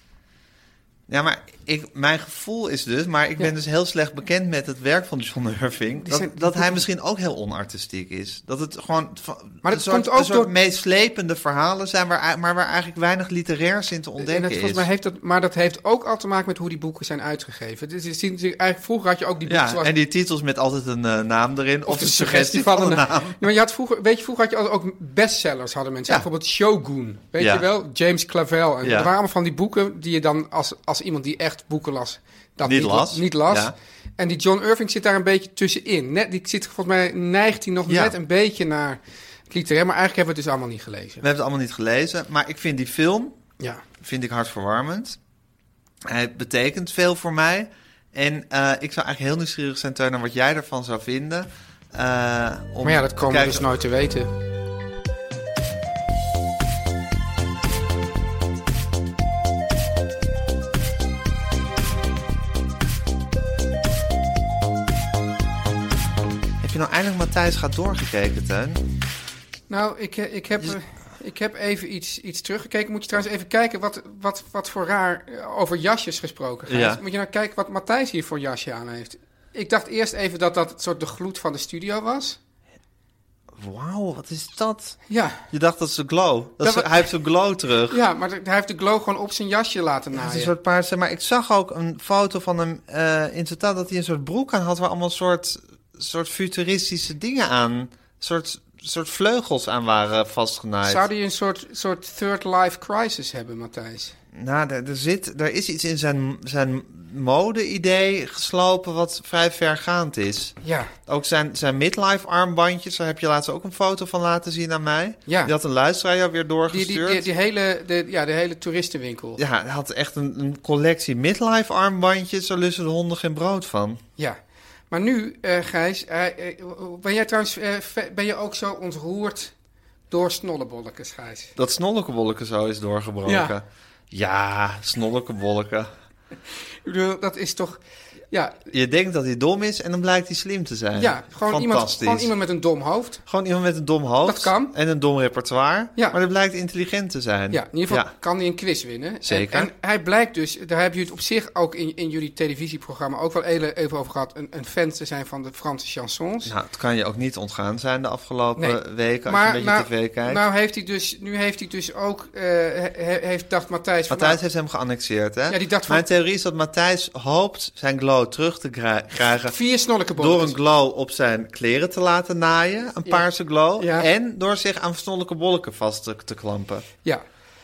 Ja, maar mijn gevoel is dus, maar ik ben dus heel slecht bekend met het werk van John Irving, dat hij misschien ook heel onartistiek is. Dat het gewoon een soort meeslepende verhalen zijn, waar eigenlijk weinig literairs in te ontdekken is. Maar dat heeft ook al te maken met hoe die boeken zijn uitgegeven. Eigenlijk vroeger had je ook die boeken zoals... en die titels met altijd een naam erin, of de suggestie van een naam. Maar je had vroeger had je ook bestsellers, hadden mensen. Bijvoorbeeld Shogun, weet je wel? James Clavell. En dat waren allemaal van die boeken die je dan als iemand die echt boeken las, dat niet las. Ja. En die John Irving zit daar een beetje tussenin. Die zit volgens mij, neigt hij nog net een beetje naar het literair, maar eigenlijk hebben we het dus allemaal niet gelezen. We hebben het allemaal niet gelezen, maar ik vind die film vind ik hartverwarmend. Hij betekent veel voor mij. En ik zou eigenlijk heel nieuwsgierig zijn, Teun, naar wat jij ervan zou vinden. Maar ja, dat komen we dus nooit te weten. Heb je nou eindelijk Matthijs gaat doorgekeken, Teun? Nou, ik heb even iets teruggekeken. Moet je trouwens even kijken wat voor raar over jasjes gesproken gaat. Ja. Moet je nou kijken wat Matthijs hier voor jasje aan heeft. Ik dacht eerst even dat het soort de gloed van de studio was. Wauw, wat is dat? Ja. Je dacht dat is de glow. Hij heeft zijn glow terug. Ja, maar hij heeft de glow gewoon op zijn jasje laten naaien. Het is een soort paars. Maar ik zag ook een foto van hem in totaal dat hij een soort broek aan had waar allemaal soort futuristische dingen aan, soort vleugels aan waren vastgenaaid. Zou die een soort third life crisis hebben, Matthijs? Nou, er is iets in zijn mode-idee geslopen wat vrij vergaand is. Ja. Ook zijn midlife armbandjes, daar heb je laatst ook een foto van laten zien aan mij. Ja. Die had een luisteraar jou weer doorgestuurd. De hele toeristenwinkel. Ja, hij had echt een collectie midlife armbandjes, daar lussen de honden geen brood van. Ja. Maar nu, Gijs, ben jij trouwens ben je ook zo ontroerd door snollebollekes, Gijs? Dat snollebolleke zo is doorgebroken. Ja, snollebolleke. Ik bedoel, dat is toch... Ja, Je denkt dat hij dom is en dan blijkt hij slim te zijn. ja gewoon iemand met een dom hoofd. Gewoon iemand met een dom hoofd. Dat kan. En een dom repertoire. Ja. Maar dat blijkt intelligent te zijn. Ja, in ieder geval kan hij een quiz winnen. Zeker. En hij blijkt dus, daar hebben jullie het op zich ook in jullie televisieprogramma ook wel even over gehad, een fan te zijn van de Franse chansons. Nou, het kan je ook niet ontgaan zijn de afgelopen weken als je een beetje tv kijkt. Nou heeft hij dus ook, dacht Matthijs... Matthijs heeft hem geannexeerd, hè? Ja, die dacht Mijn theorie is dat Matthijs hoopt zijn glow terug te krijgen... 4 snollekebollekes. Door een glow op zijn kleren te laten naaien, een paarse glow. Ja. En door zich aan snollekebolleken vast te klampen. Ja.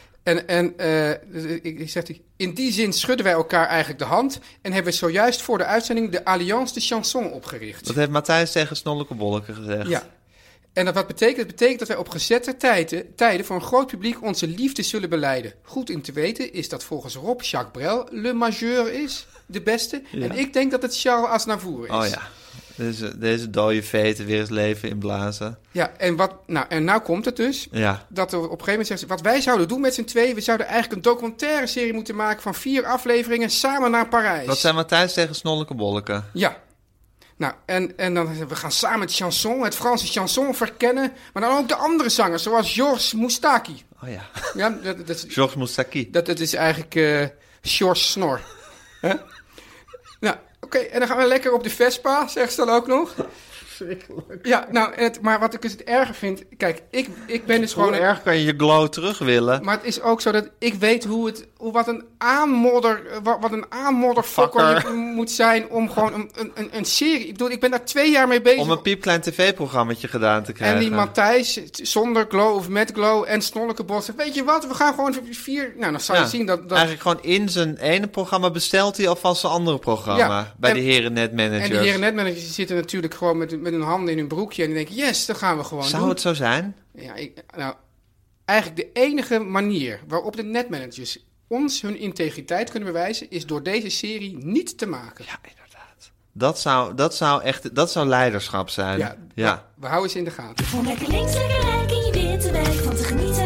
Ik zeg, in die zin schudden wij elkaar eigenlijk de hand en hebben we zojuist voor de uitzending de Alliance de Chanson opgericht. Dat heeft Matthijs tegen snollekebolleken gezegd. Ja. En wat betekent? Het betekent dat wij op gezette tijden voor een groot publiek onze liefde zullen beleiden. Goed in te weten is dat volgens Rob Jacques Brel le majeur is, de beste. Ja. En ik denk dat het Charles Aznavour is. Oh ja, deze dode veten weer eens leven inblazen. Ja, en nou komt het dus. Ja. Dat er op een gegeven moment zegt, wat wij zouden doen met z'n tweeën, we zouden eigenlijk een documentaire serie moeten maken van 4 afleveringen samen naar Parijs. Wat zijn Matthijs tegen snollekebolleken? Ja. Nou, en dan we gaan samen het chanson, het Franse chanson verkennen, maar dan ook de andere zangers, zoals Georges Moustaki. Oh ja. Ja, Georges Moustaki. Dat is eigenlijk Georges Snor. Huh? Nou, oké, en dan gaan we lekker op de Vespa, zegt ze dan ook nog. Verschrikkelijk. Ja, nou, maar wat ik dus het erger vind... Kijk, ik ben dus gewoon... Hoe erg kan je je glow terug willen? Maar het is ook zo dat ik weet wat een aanmodderfokker moet zijn om gewoon een serie... Ik bedoel, ik ben daar 2 jaar mee bezig. Om een piepklein tv-programmaatje gedaan te krijgen. En die Matthijs, zonder glow of met glow en Snollekebos. Weet je wat, we gaan gewoon 4... Nou, dan zal je zien dat... Eigenlijk gewoon in zijn ene programma bestelt hij alvast zijn andere programma. Bij de heren netmanagers. En die heren netmanagers zitten natuurlijk gewoon met hun handen in hun broekje. En die denken, yes, dat gaan we gewoon doen. Zou het zo zijn? Ja, eigenlijk de enige manier waarop de netmanagers ons hun integriteit kunnen bewijzen, is door deze serie niet te maken. Ja, inderdaad. Dat zou leiderschap zijn. Ja. We houden ze in de gaten. Om lekker links, lekker rijk in je witte wijk van te genieten.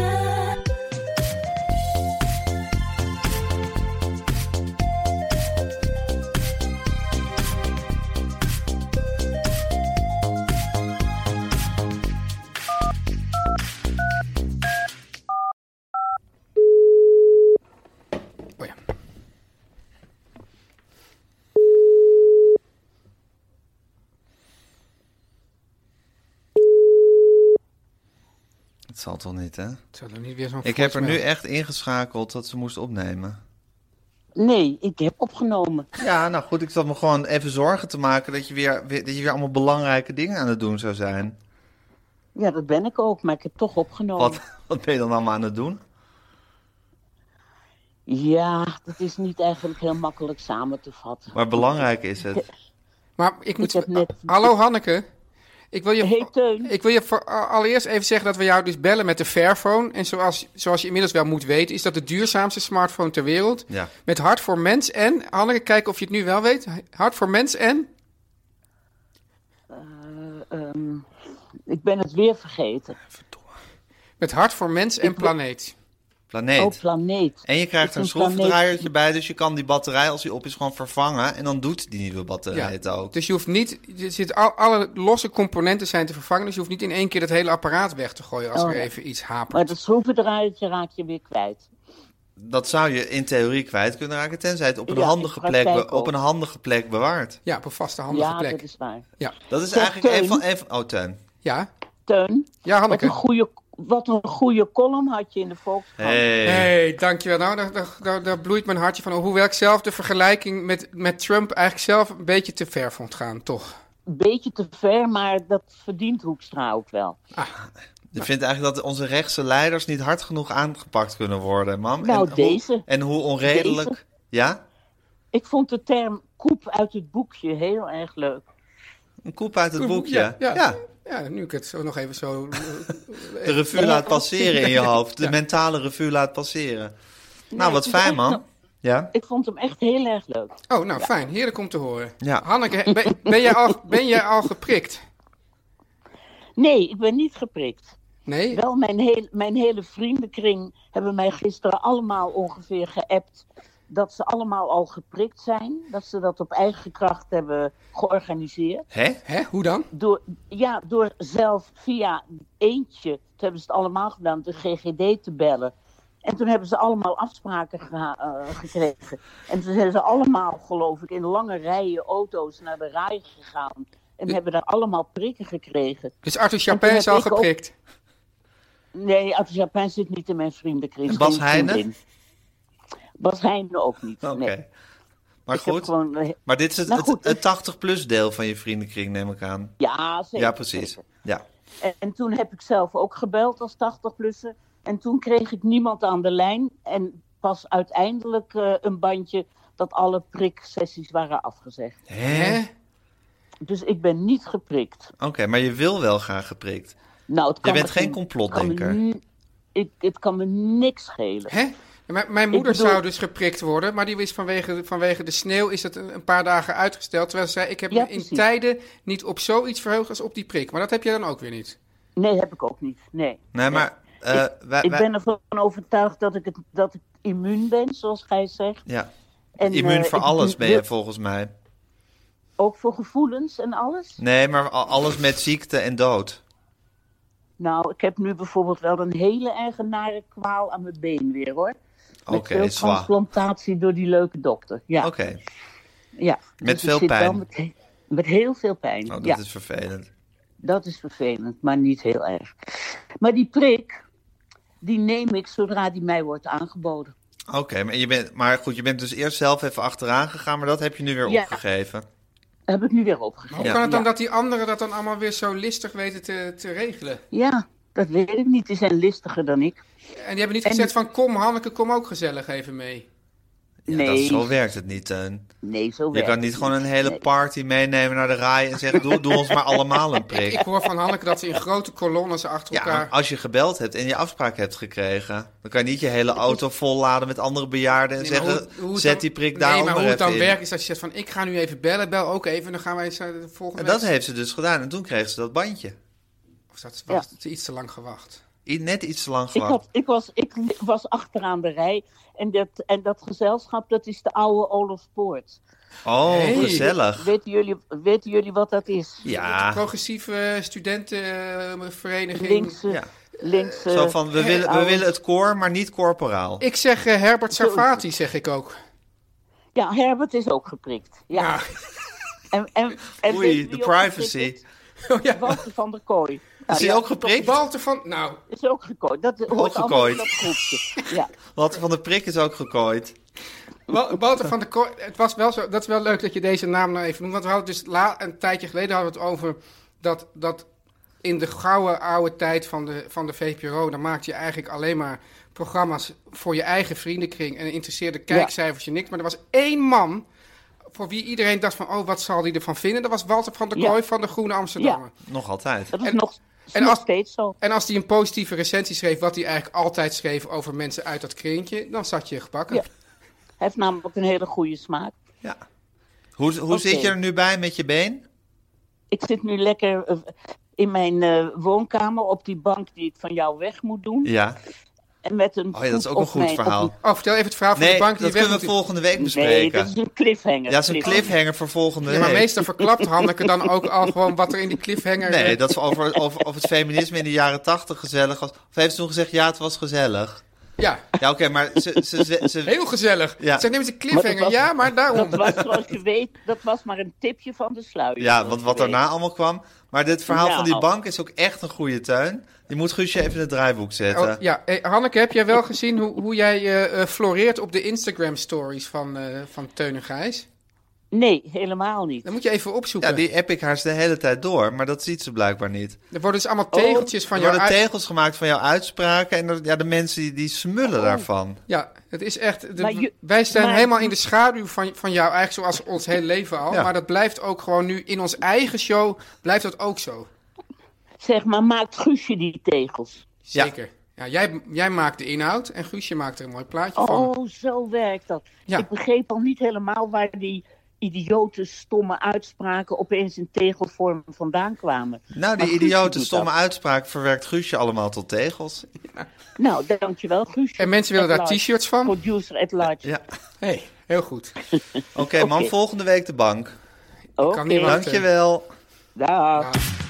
Het zal toch niet, hè? Het zal er niet weer zo'n Ik heb er nu echt ingeschakeld dat ze moest opnemen. Nee, ik heb opgenomen. Ja, nou goed, ik zat me gewoon even zorgen te maken dat je weer allemaal belangrijke dingen aan het doen zou zijn. Ja, dat ben ik ook, maar ik heb toch opgenomen. Wat ben je dan allemaal aan het doen? Ja, dat is niet eigenlijk heel makkelijk samen te vatten. Maar belangrijk is het. Maar Hallo Hanneke. Ik wil je allereerst even zeggen dat we jou dus bellen met de Fairphone. En zoals je inmiddels wel moet weten, is dat de duurzaamste smartphone ter wereld. Ja. Met hart voor mens en... Hanneke, kijk of je het nu wel weet. Hart voor mens en... Ik ben het weer vergeten. Verdomme. Met hart voor mens en planeet. Planeet. Oh, planeet. En je krijgt er een schroevendraaiertje bij, dus je kan die batterij, als die op is, gewoon vervangen. En dan doet die nieuwe batterij het ook. Dus je hoeft niet... alle losse componenten zijn te vervangen, dus je hoeft niet in één keer dat hele apparaat weg te gooien als er even iets hapert. Maar dat schroevendraaiertje raak je weer kwijt. Dat zou je in theorie kwijt kunnen raken, tenzij het op een handige plek bewaart. Ja, op een vaste handige plek. Ja, dat is waar. Ja. Dat is eigenlijk een van... Oh, Teun. Ja? Teun? Ja, Hanneke. Wat een goede column had je in de Volkskrant. Hey, dankjewel. Nou, daar bloeit mijn hartje van. Hoewel ik zelf de vergelijking met Trump eigenlijk zelf een beetje te ver vond gaan, toch? Een beetje te ver, maar dat verdient Hoekstra ook wel. Je vindt eigenlijk dat onze rechtse leiders niet hard genoeg aangepakt kunnen worden, mam? Nou, En hoe onredelijk... Deze. Ja? Ik vond de term koep uit het boekje heel erg leuk. Een koep uit het boekje? Ja, nu ik het zo nog even zo... De revue laat passeren in je hoofd. De mentale revue laat passeren. Nou, wat fijn, man. Ja? Ik vond hem echt heel erg leuk. Oh, nou, fijn. Heerlijk om te horen. Ja. Hanneke, ben jij al geprikt? Nee, ik ben niet geprikt. Nee? Wel, mijn hele vriendenkring hebben mij gisteren allemaal ongeveer geappt dat ze allemaal al geprikt zijn. Dat ze dat op eigen kracht hebben georganiseerd. Hè? Hoe dan? Door zelf via eentje, toen hebben ze het allemaal gedaan, de GGD te bellen. En toen hebben ze allemaal afspraken gekregen. En toen zijn ze allemaal, geloof ik, in lange rijen auto's naar de RAI gegaan. En hebben daar allemaal prikken gekregen. Dus Arthur Chapin is al geprikt? Nee, Arthur Chapin zit niet in mijn vriendenkring. En Bas Heijnen? Bas Heijnen ook niet. Oké. Nee. Maar goed, maar dit is het 80-plus deel van je vriendenkring, neem ik aan. Ja, zeker. Ja, precies. Zeker. Ja. En toen heb ik zelf ook gebeld als 80-plusser. En toen kreeg ik niemand aan de lijn. En pas uiteindelijk een bandje dat alle priksessies waren afgezegd. Hè? Dus ik ben niet geprikt. Oké, maar je wil wel graag geprikt. Nou, je bent geen complotdenker. Het kan me niks schelen. Hè? Mijn moeder zou dus geprikt worden, maar die is vanwege de sneeuw is het een paar dagen uitgesteld. Terwijl ze zei, ik heb me in tijden niet op zoiets verheugd als op die prik. Maar dat heb jij dan ook weer niet? Nee, heb ik ook niet. Nee, maar... ik ben ervan overtuigd dat ik immuun ben, zoals gij zegt. Ja, en, immuun voor alles ben je volgens mij. Ook voor gevoelens en alles? Nee, maar alles met ziekte en dood. Nou, ik heb nu bijvoorbeeld wel een hele erg nare kwaal aan mijn been weer, hoor. Met veel transplantatie door die leuke dokter. Ja. Oké. Ja. Met veel pijn? Met heel veel pijn, Oh, dat is vervelend. Dat is vervelend, maar niet heel erg. Maar die prik, die neem ik zodra die mij wordt aangeboden. Oké, maar je bent dus eerst zelf even achteraan gegaan, maar dat heb je nu weer opgegeven. Heb ik nu weer opgegeven. Hoe kan het dan dat die anderen dat dan allemaal weer zo listig weten te regelen? Ja, dat weet ik niet. Die zijn listiger dan ik. En die hebben niet gezegd van, kom Hanneke, kom ook gezellig even mee. Ja, nee. Zo werkt het niet, Teun. Nee, zo werkt Je kan niet gewoon een hele party meenemen naar de RAI en zeggen, doe ons maar allemaal een prik. Ik hoor van Hanneke dat ze in grote kolonnes achter elkaar... Ja, als je gebeld hebt en je afspraak hebt gekregen, dan kan je niet je hele auto volladen met andere bejaarden en zeggen, zet die prik daar maar hoe het dan in. werkt is dat je zegt van, ik ga nu even bellen, bel ook even, dan gaan wij de volgende En dat heeft ze dus gedaan en toen kreeg ze dat bandje. Of dat was iets te lang gewacht. Net iets te lang gewacht. Ik was achteraan de rij en dat gezelschap, dat is de oude Olofspoort. Oh, gezellig. Weten jullie wat dat is? Ja. De progressieve studentenvereniging. Linkse. Zo van, we willen het koor, maar niet corporaal. Ik zeg Herbert Savati, zeg ik ook. Ja, Herbert is ook geprikt. Ja. En oei, de privacy. Walter van der Kooi. Is hij ook geprikt? Walter van... Nou. Is ook gekooid. Dat hoort allemaal in dat groepje. Ja. Walter van der Prik is ook gekooid. Walter van der Kooi... Het was wel zo... Dat is wel leuk dat je deze naam nou even noemt. Want we hadden dus een tijdje geleden hadden we het over... Dat in de gouden oude tijd van de VPRO... dan maakte je eigenlijk alleen maar programma's voor je eigen vriendenkring... en interesseerde kijkcijfers je niks. Maar er was één man... voor wie iedereen dacht van, wat zal hij ervan vinden? Dat was Walter van der Kooi van de Groene Amsterdammer. Ja. Nog altijd. Dat is nog steeds zo. En als hij een positieve recensie schreef, wat hij eigenlijk altijd schreef over mensen uit dat kringetje, dan zat je gebakken. Ja. Hij heeft namelijk een hele goede smaak. Ja. Hoe zit je er nu bij met je been? Ik zit nu lekker in mijn woonkamer op die bank die ik van jou weg moet doen. Ja. En met een dat is ook een goed verhaal. Vertel even het verhaal van de bank die dat kunnen we volgende week bespreken. Nee, dat is een cliffhanger. Ja, dat is een cliffhanger voor volgende week. Maar meestal verklapt Hanneke dan ook al gewoon wat er in die cliffhanger... Nee, dat is over het feminisme in de jaren 80 gezellig was. Of heeft ze toen gezegd, ja, het was gezellig? Ja. Ja, oké, maar ze... Heel gezellig. Ja. Zeg, neem eens een cliffhanger. Maar daarom. Dat was, zoals je weet, dat was maar een tipje van de sluier. Ja, want wat daarna allemaal kwam... Maar dit verhaal van die bank is ook echt een goede tuin. Die moet Guusje even in het draaiboek zetten. Oh, ja, Hanneke, heb jij wel gezien hoe jij floreert op de Instagram-stories van Teun en Gijs? Nee, helemaal niet. Dan moet je even opzoeken. Ja, die app ik haar de hele tijd door, maar dat ziet ze blijkbaar niet. Er worden dus allemaal tegeltjes van jou... Er worden tegels gemaakt van jouw uitspraken en de mensen die smullen daarvan. Ja, het is echt... wij staan helemaal in de schaduw van jou, eigenlijk zoals ons hele leven al. Ja. Maar dat blijft ook gewoon nu in ons eigen show, blijft dat ook zo. Zeg maar, maakt Guusje die tegels? Zeker. Ja, jij maakt de inhoud en Guusje maakt er een mooi plaatje van. Oh, zo werkt dat. Ja. Ik begreep al niet helemaal waar die idiote, stomme uitspraken opeens in tegelvorm vandaan kwamen. Nou, Maar die Guusje idiote, doet stomme dat. uitspraak verwerkt Guusje allemaal tot tegels. Nou, dankjewel, Guusje. En mensen willen At daar large. t-shirts van? Producer at large. Ja. Hey, heel goed. Oké, man, volgende week de bank. Oké, kan niet wachten. Dankjewel. dag.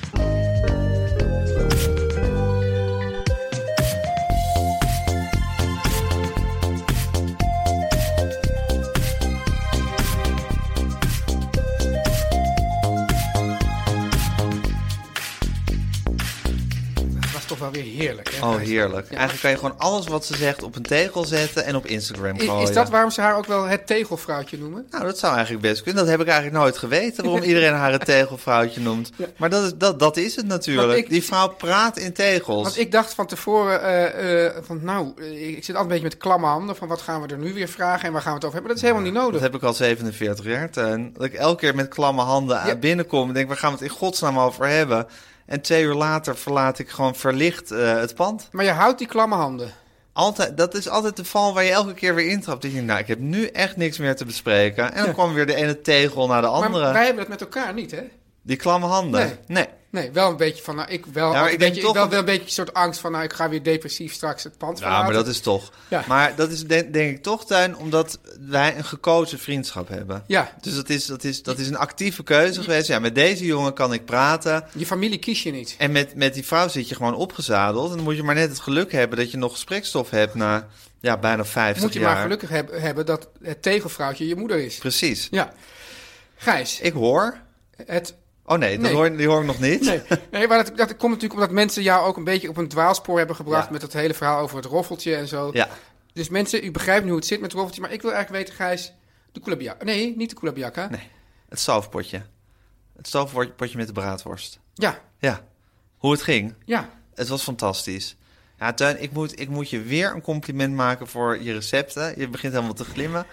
Dat was toch wel weer heerlijk, hè? Oh, Gijs? heerlijk. Ja. Eigenlijk kan je gewoon alles wat ze zegt op een tegel zetten en op Instagram gooien. Is dat waarom ze haar ook wel het tegelvrouwtje noemen? Nou, dat zou eigenlijk best kunnen. Dat heb ik eigenlijk nooit geweten, waarom iedereen haar het tegelvrouwtje noemt. Ja. Maar dat is het natuurlijk. Want ik- Die vrouw praat in tegels. Want ik dacht van tevoren, ik zit altijd een beetje met klamme handen van wat gaan we er nu weer vragen en waar gaan we het over hebben. Dat is helemaal niet nodig. Dat heb ik al 47 jaar, Teun. Dat ik elke keer met klamme handen binnenkom en denk, waar gaan we het in godsnaam over hebben? En 2 uur later verlaat ik gewoon verlicht het pand. Maar je houdt die klamme handen. Altijd, dat is altijd de val waar je elke keer weer intrapt. Dat je denkt, nou, ik heb nu echt niks meer te bespreken. En dan kwam weer de ene tegel naar de andere. Maar wij hebben dat met elkaar niet, hè? Die klamme handen. Nee. Nee, wel een beetje van, nou, ik wel, Ja, maar een ik denk beetje, toch wel dat- een beetje een soort angst van, nou, ik ga weer depressief straks het pand Ja, verlaten. maar dat is toch. Ja. Maar dat is denk ik toch, Tuin, omdat wij een gekozen vriendschap hebben. Ja. Dus dat is een actieve keuze geweest. Ja, met deze jongen kan ik praten. Je familie kies je niet. En met die vrouw zit je gewoon opgezadeld. En dan moet je maar net het geluk hebben dat je nog gesprekstof hebt na bijna 50 Moet je jaar. maar gelukkig hebben dat het tegelvrouwtje je moeder is. Precies. Ja. Gijs, Ik hoor... het... Oh nee, Nee. die hoor ik nog niet. Nee, maar dat komt natuurlijk omdat mensen jou ook een beetje op een dwaalspoor hebben gebracht Ja. met het hele verhaal over het roffeltje en zo. Ja. Dus mensen, u begrijpt nu hoe het zit met het roffeltje, maar ik wil eigenlijk weten, Gijs, de koelabiaka. Nee, niet de koelabiaka. Nee, het stoofpotje. Het stoofpotje met de braadworst. Ja, Ja. Hoe het ging. ja. Het was fantastisch. Ja, Teun, ik moet je weer een compliment maken voor je recepten. Je begint helemaal te glimmen.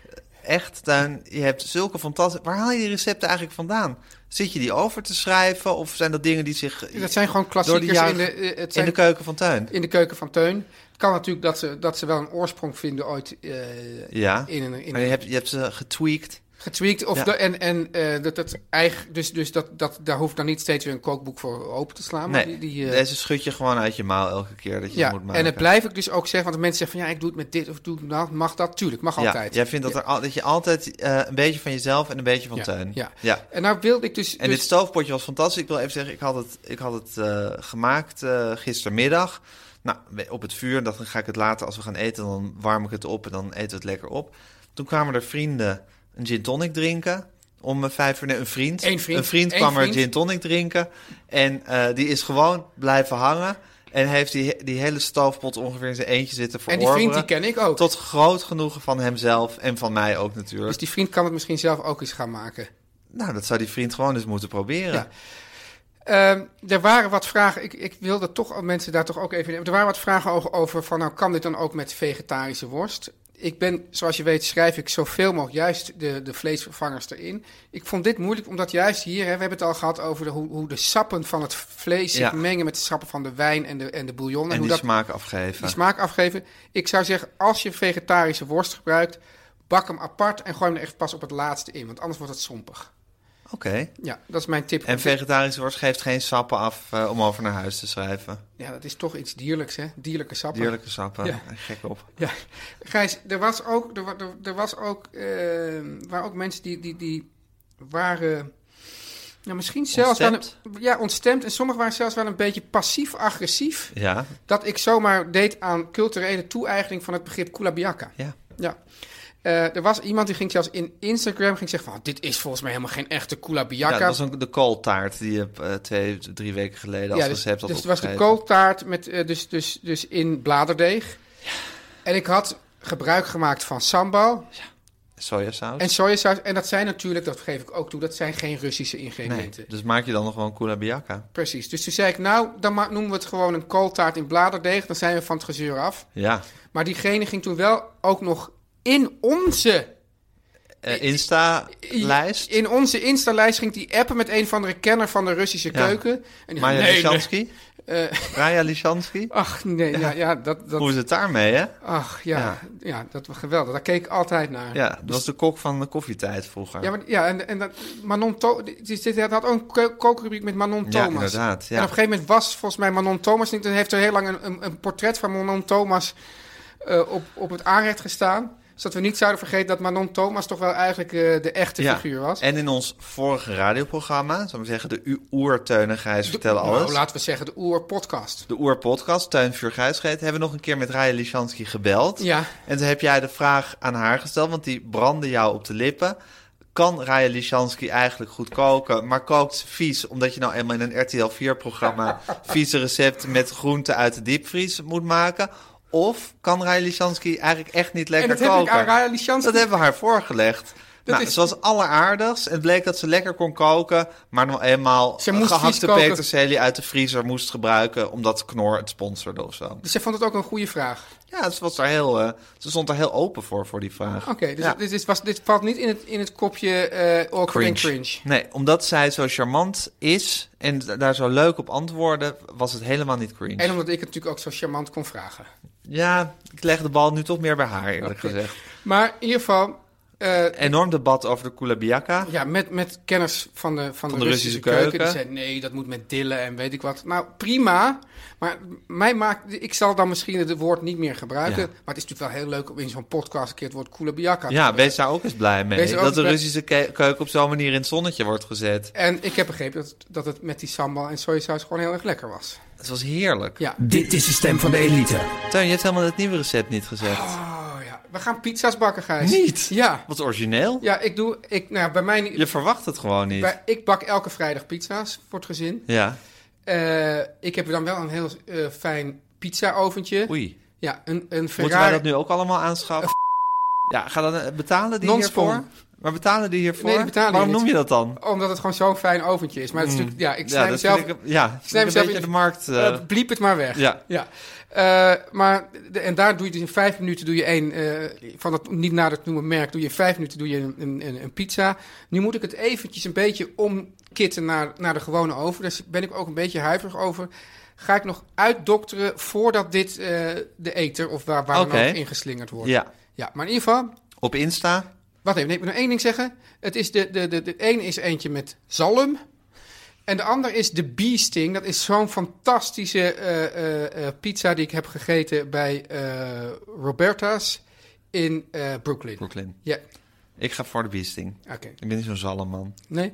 Echt, Teun, je hebt zulke fantastische... Waar haal je die recepten eigenlijk vandaan? Zit je die over te schrijven? Of zijn dat dingen die zich... Dat zijn gewoon door de klassiekers jaren het in de keuken van Teun? in de keuken van Teun. Het kan natuurlijk dat ze wel een oorsprong vinden ooit Ja, in maar je hebt ze getweakt. getweakt. Of Ja. dat eigen, dus dat daar hoeft dan niet steeds weer een kookboek voor open te slaan. Maar Nee, deze schud je gewoon uit je mouw elke keer dat je het moet maken. en het blijf ik dus ook zeggen, want de mensen zeggen van ja, ik doe het met dit of doe het dat. Mag dat? Tuurlijk, mag altijd. Jij vindt dat je altijd een beetje van jezelf en een beetje van Teun. Ja. En nou wilde ik dus... En dit stoofpotje was fantastisch. Ik wil even zeggen, ik had het gemaakt gistermiddag. Nou, op het vuur. Dan ga ik het later, als we gaan eten, dan warm ik het op en dan eten we het lekker op. Toen kwamen er vrienden een gin tonic drinken. Om 5 uur, nee, een vriend. Eén vriend. Een vriend Eén kwam er vriend. gin tonic drinken. En die is gewoon blijven hangen. En heeft die hele stoofpot ongeveer in zijn eentje zitten En verorberen. die vriend, die ken ik ook. Tot groot genoegen van hemzelf en van mij ook natuurlijk. Dus die vriend kan het misschien zelf ook eens gaan maken. Nou, dat zou die vriend gewoon eens moeten proberen. Ja. Er waren wat vragen, ik wilde toch mensen daar toch ook even... Er waren wat vragen over van, nou kan dit dan ook met vegetarische worst? Ik ben, zoals je weet, schrijf ik zoveel mogelijk juist de vleesvervangers erin. Ik vond dit moeilijk, omdat juist hier, we hebben het al gehad over hoe de sappen van het vlees zich mengen met de sappen van de wijn en de bouillon. En hoe die dat, smaak afgeven. die smaak afgeven. Ik zou zeggen, als je vegetarische worst gebruikt, bak hem apart en gooi hem er echt pas op het laatste in, want anders wordt het sompig. Oké. Ja, dat is mijn tip. En vegetarische worst geeft geen sappen af om over naar huis te schrijven. Ja, dat is toch iets dierlijks, hè? Dierlijke sappen. Dierlijke sappen, Ja. gek op. Ja, Gijs, er waren ook mensen die waren... Nou, misschien zelfs Ontstemd? ontstemd. En sommigen waren zelfs wel een beetje passief-agressief. Ja, Dat ik zomaar deed aan culturele toe-eigening van het begrip koelabiaka. ja. Er was iemand die ging zelfs in Instagram zeggen van... dit is volgens mij helemaal geen echte koelabiaka. Ja, dat was de kooltaart die je 2-3 weken geleden als recept had dus het was de opgegeven. kooltaart met, dus in bladerdeeg. Ja. En ik had gebruik gemaakt van sambal Sojasaus. en sojasaus. En dat zijn natuurlijk, dat geef ik ook toe, dat zijn geen Russische ingrediënten. Nee, dus maak je dan nog gewoon koelabiaka. Precies. Dus toen zei ik, nou, dan noemen we het gewoon een kooltaart in bladerdeeg. Dan zijn we van het gezeur af. Ja. Maar diegene ging toen wel ook nog in onze Insta-lijst. In onze Insta-lijst ging die appen met een van de kenner van de Russische keuken. En die Maja zei, Lishansky? Raya Lishansky? Ach, nee, dat... Hoe is het daarmee, hè? Ach, ja, dat was geweldig. Daar keek ik altijd naar. Ja, dat was de kok van de Koffietijd vroeger. Ja, maar, en dat, Manon dit had ook een kookrubriek met Manon Thomas. Ja, inderdaad. Ja. En op een gegeven moment was volgens mij Manon Thomas niet. En heeft er heel lang een portret van Manon Thomas op het aanrecht gestaan. Zodat we niet zouden vergeten dat Manon Thomas toch wel eigenlijk de echte figuur was. En in ons vorige radioprogramma, zou ik zeggen, de Oer-Teun en Gijs vertellen alles. Nou, laten we zeggen de Oer-podcast. De Oer-podcast, Teun, Vuur, Gijs hebben we nog een keer met Raya Lishansky gebeld. Ja. En toen heb jij de vraag aan haar gesteld, want die brandde jou op de lippen. Kan Raya Lishansky eigenlijk goed koken, maar kookt ze vies, omdat je nou eenmaal in een RTL 4-programma vieze recepten met groenten uit de diepvries moet maken? Of kan Raya Lishansky eigenlijk echt niet lekker koken? Heb ik aan Raya Lishansky... Dat hebben we haar voorgelegd. Ze was alleraardigst. Het bleek dat ze lekker kon koken, maar nog eenmaal gehakte peterselie uit de vriezer moest gebruiken, omdat Knor het sponsorde of zo. Dus zij vond het ook een goede vraag? Ja, ze stond daar heel open voor die vraag. Oké, dus dit valt niet in het kopje awkward en cringe. Nee, omdat zij zo charmant is en daar zo leuk op antwoordde, was het helemaal niet cringe. En omdat ik het natuurlijk ook zo charmant kon vragen. Ja, ik leg de bal nu toch meer bij haar, eerlijk gezegd. Maar in ieder geval... enorm debat over de kulabiaka. Ja, met kenners van de Russische keuken. Die zeiden, nee, dat moet met dillen en weet ik wat. Nou, prima. Maar ik zal dan misschien het woord niet meer gebruiken. Ja. Maar het is natuurlijk wel heel leuk om in zo'n podcast een keer het woord kulabiaka te gebruiken. Wees daar ook eens blij mee. Dat de Russische keuken op zo'n manier in het zonnetje wordt gezet. En ik heb begrepen dat het met die sambal en sojasaus gewoon heel erg lekker was. Het was heerlijk. Ja. Dit is de stem van de elite. Teun, je hebt helemaal het nieuwe recept niet gezegd. We gaan pizza's bakken, Gijs. Niet? Ja. Wat origineel. Ja, bij mij... Je verwacht het gewoon niet. Ik bak elke vrijdag pizza's voor het gezin. Ja. Ik heb dan wel een heel fijn pizza-oventje. Oei. Ja, een Ferrari... Moeten wij dat nu ook allemaal aanschaffen? Ja, ga dan betalen die hiervoor? Maar betalen die hiervoor? Nee, die betalen Waarom noem je dat dan? Omdat het gewoon zo'n fijn oventje is. Maar het is natuurlijk... ik snij mezelf... de markt... bliep het maar weg. Ja. En daar doe je dus in 5 minuten van dat niet nader te noemen merk, doe je in 5 minuten een pizza. Nu moet ik het eventjes een beetje omkitten naar de gewone oven. Dus ben ik ook een beetje huiverig over. Ga ik nog uitdokteren voordat dit de eter of waar dan ook ingeslingerd wordt. Ja. Ja, maar in ieder geval... Op Insta? Wacht even, ik moet nog 1 ding zeggen. Het is de ene is eentje met zalm. En de ander is de Bee Sting. Dat is zo'n fantastische pizza die ik heb gegeten bij Roberta's in Brooklyn. Ja. Ik ga voor de Bee Sting. Oké. Ik ben niet zo'n zalmman. Nee?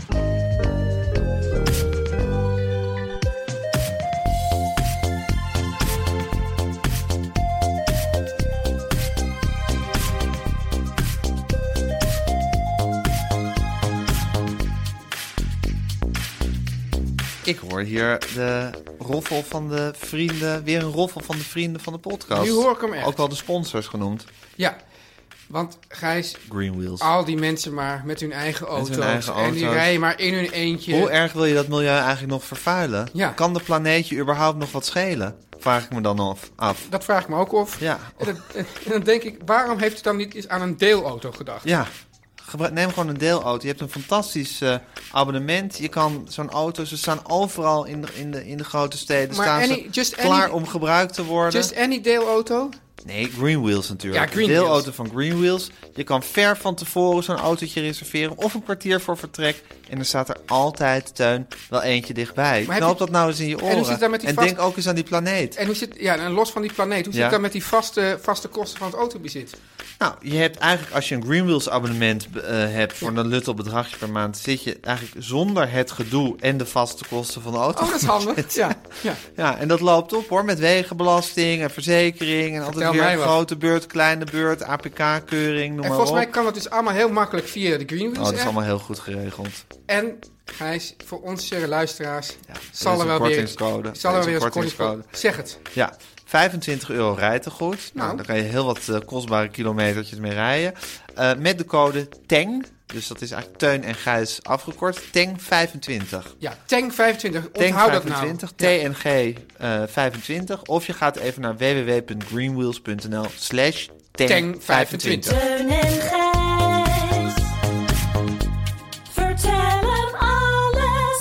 Ik hoor hier de roffel van de vrienden, weer een roffel van de vrienden van de podcast. Nu hoor ik hem echt. Ook wel de sponsors genoemd. Ja, want Gijs, Green Wheels. Al die mensen maar met hun eigen auto's. En die rijden maar in hun eentje. Hoe erg wil je dat milieu eigenlijk nog vervuilen? Ja. Kan de planeetje überhaupt nog wat schelen? Vraag ik me dan af. Dat vraag ik me ook af. Ja. En dan denk ik, waarom heeft u dan niet eens aan een deelauto gedacht? Ja. Neem gewoon een deelauto. Je hebt een fantastisch abonnement. Je kan zo'n auto, ze staan overal in de grote steden. Maar klaar om gebruikt te worden. Just any deelauto? Nee, Green Wheels natuurlijk. Ja, Green de deelauto van Green Wheels. Je kan ver van tevoren zo'n autootje reserveren of een kwartier voor vertrek. En er staat er altijd, Teun, wel eentje dichtbij. Knoop dat nou eens in je oren. En denk ook eens aan die planeet. En los van die planeet, hoe zit het dan met die vaste kosten van het autobezit? Nou, je hebt eigenlijk, als je een Green Wheels abonnement hebt voor een luttel bedragje per maand, zit je eigenlijk zonder het gedoe en de vaste kosten van de auto. Oh, dat is handig. Ja, en dat loopt op hoor, met wegenbelasting en verzekering en altijd weer grote beurt, kleine beurt, APK-keuring, noem maar op. En volgens mij kan dat dus allemaal heel makkelijk via de Green Wheels dat is allemaal heel goed geregeld. En Gijs, voor onze luisteraars zal er wel weer een kortingscode. Zeg het. Ja. €25 rijtegoed. Nou, daar kan je heel wat kostbare kilometertjes mee rijden. Met de code TENG. Dus dat is eigenlijk Teun en Gijs afgekort. TENG25. Ja, TENG25. Onthoud dat nou. TNG 25. Of je gaat even naar www.greenwheels.nl/TENG25. Teun en Gijs.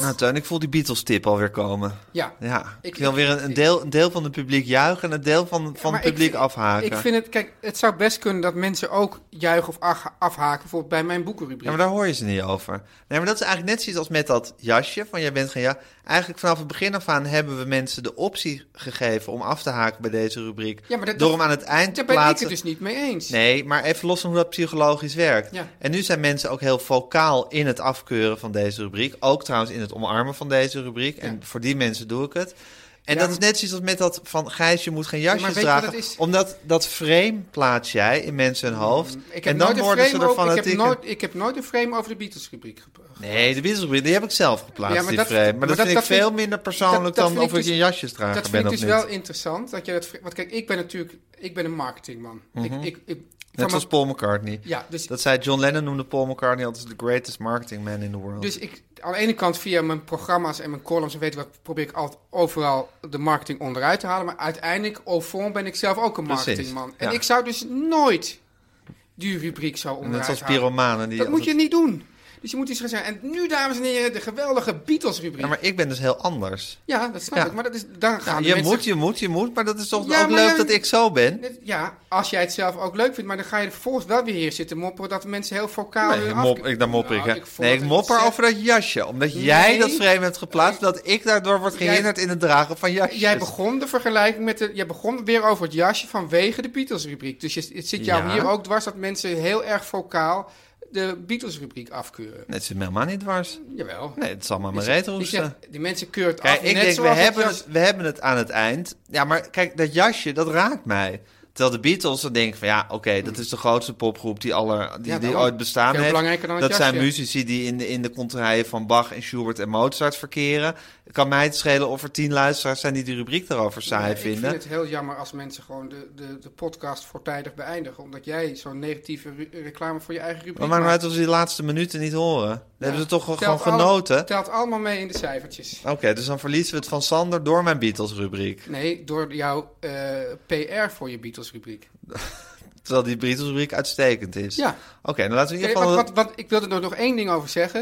Nou, Teun, ik voel die Beatles-tip alweer komen. Ja. Ik wil weer een deel van het publiek juichen en een deel van het publiek afhaken. Ik vind het, kijk, het zou best kunnen dat mensen ook juichen of afhaken, bijvoorbeeld bij mijn boekenrubriek. Ja, maar daar hoor je ze niet over. Nee, maar dat is eigenlijk net zoiets als met dat jasje van jij bent geen ja. Eigenlijk vanaf het begin af aan hebben we mensen de optie gegeven om af te haken bij deze rubriek. Ja, maar door hem aan het eind te plaatsen. Daar ben ik het dus niet mee eens. Nee, maar even los van hoe dat psychologisch werkt. Ja. En nu zijn mensen ook heel vocaal in het afkeuren van deze rubriek. Ook trouwens in het omarmen van deze rubriek. Ja. En voor die mensen doe ik het. En dat is net zoiets als met dat van Gijs, je moet geen jasjes dragen. Omdat dat frame plaats jij in mensen hun hoofd. En dan worden ze ervan ik heb nooit een frame over de Beatles-rubriek gebracht. Nee, de Beatles-rubriek, die heb ik zelf geplaatst, die frame. Maar dat vind ik veel minder persoonlijk dan of ik je jasjes dragen ben of niet. Dat vind ik dus wel interessant. Dat je dat, want kijk, ik ben een marketingman. Net zoals Paul McCartney. Ja, dus, dat zei John Lennon, noemde Paul McCartney altijd the greatest marketing man in the world. Dus aan de ene kant via mijn programma's en mijn columns en weet wat, probeer ik altijd overal de marketing onderuit te halen. Maar uiteindelijk, au fond, ben ik zelf ook een marketingman. En ik zou dus nooit die rubriek zo onderuit halen. Net zoals pyromanen. Dat moet je niet doen. Dus je moet iets gaan zeggen. En nu, dames en heren, de geweldige Beatles-rubriek. Ja, maar ik ben dus heel anders. Ja, dat snap ik. Maar dat is, dan gaan mensen... Je moet. Maar dat is toch ook leuk dat ik zo ben? Ja, als jij het zelf ook leuk vindt. Maar dan ga je vervolgens wel weer hier zitten mopperen dat mensen heel vocaal... Ik mopper over dat jasje. Omdat jij dat frame hebt geplaatst, dat ik daardoor word gehinderd in het dragen van jasjes. Jij begon de vergelijking met jij begon weer over het jasje vanwege de Beatles-rubriek. Dus het zit jou hier ook dwars dat mensen heel erg vocaal de Beatles-rubriek afkeuren. Nee, het zit me helemaal niet dwars. Jawel. Nee, het zal maar mijn reet roesten. Die mensen keuren het af. Kijk, ik denk, we hebben het aan het eind. Ja, maar kijk, dat jasje, dat raakt mij. Terwijl de Beatles dan denken van ja, oké, dat is de grootste popgroep die ooit bestaan heeft. Dat zijn muzici die in de contraien van Bach en Schubert en Mozart verkeren. Het kan mij het schelen of er 10 luisteraars zijn die die rubriek daarover saai vinden. Ik vind het heel jammer als mensen gewoon de podcast voortijdig beëindigen. Omdat jij zo'n negatieve reclame voor je eigen rubriek maakt. Maar nou uit als we die laatste minuten niet horen. Dan hebben ze toch gewoon genoten. Het telt allemaal mee in de cijfertjes. Oké, dus dan verliezen we het van Sander door mijn Beatles-rubriek. Nee, door jouw PR voor je Beatles-rubriek. Terwijl die Beatles-rubriek uitstekend is. Ja. Oké, dan laten we in ieder geval... Want ik wilde er nog één ding over zeggen.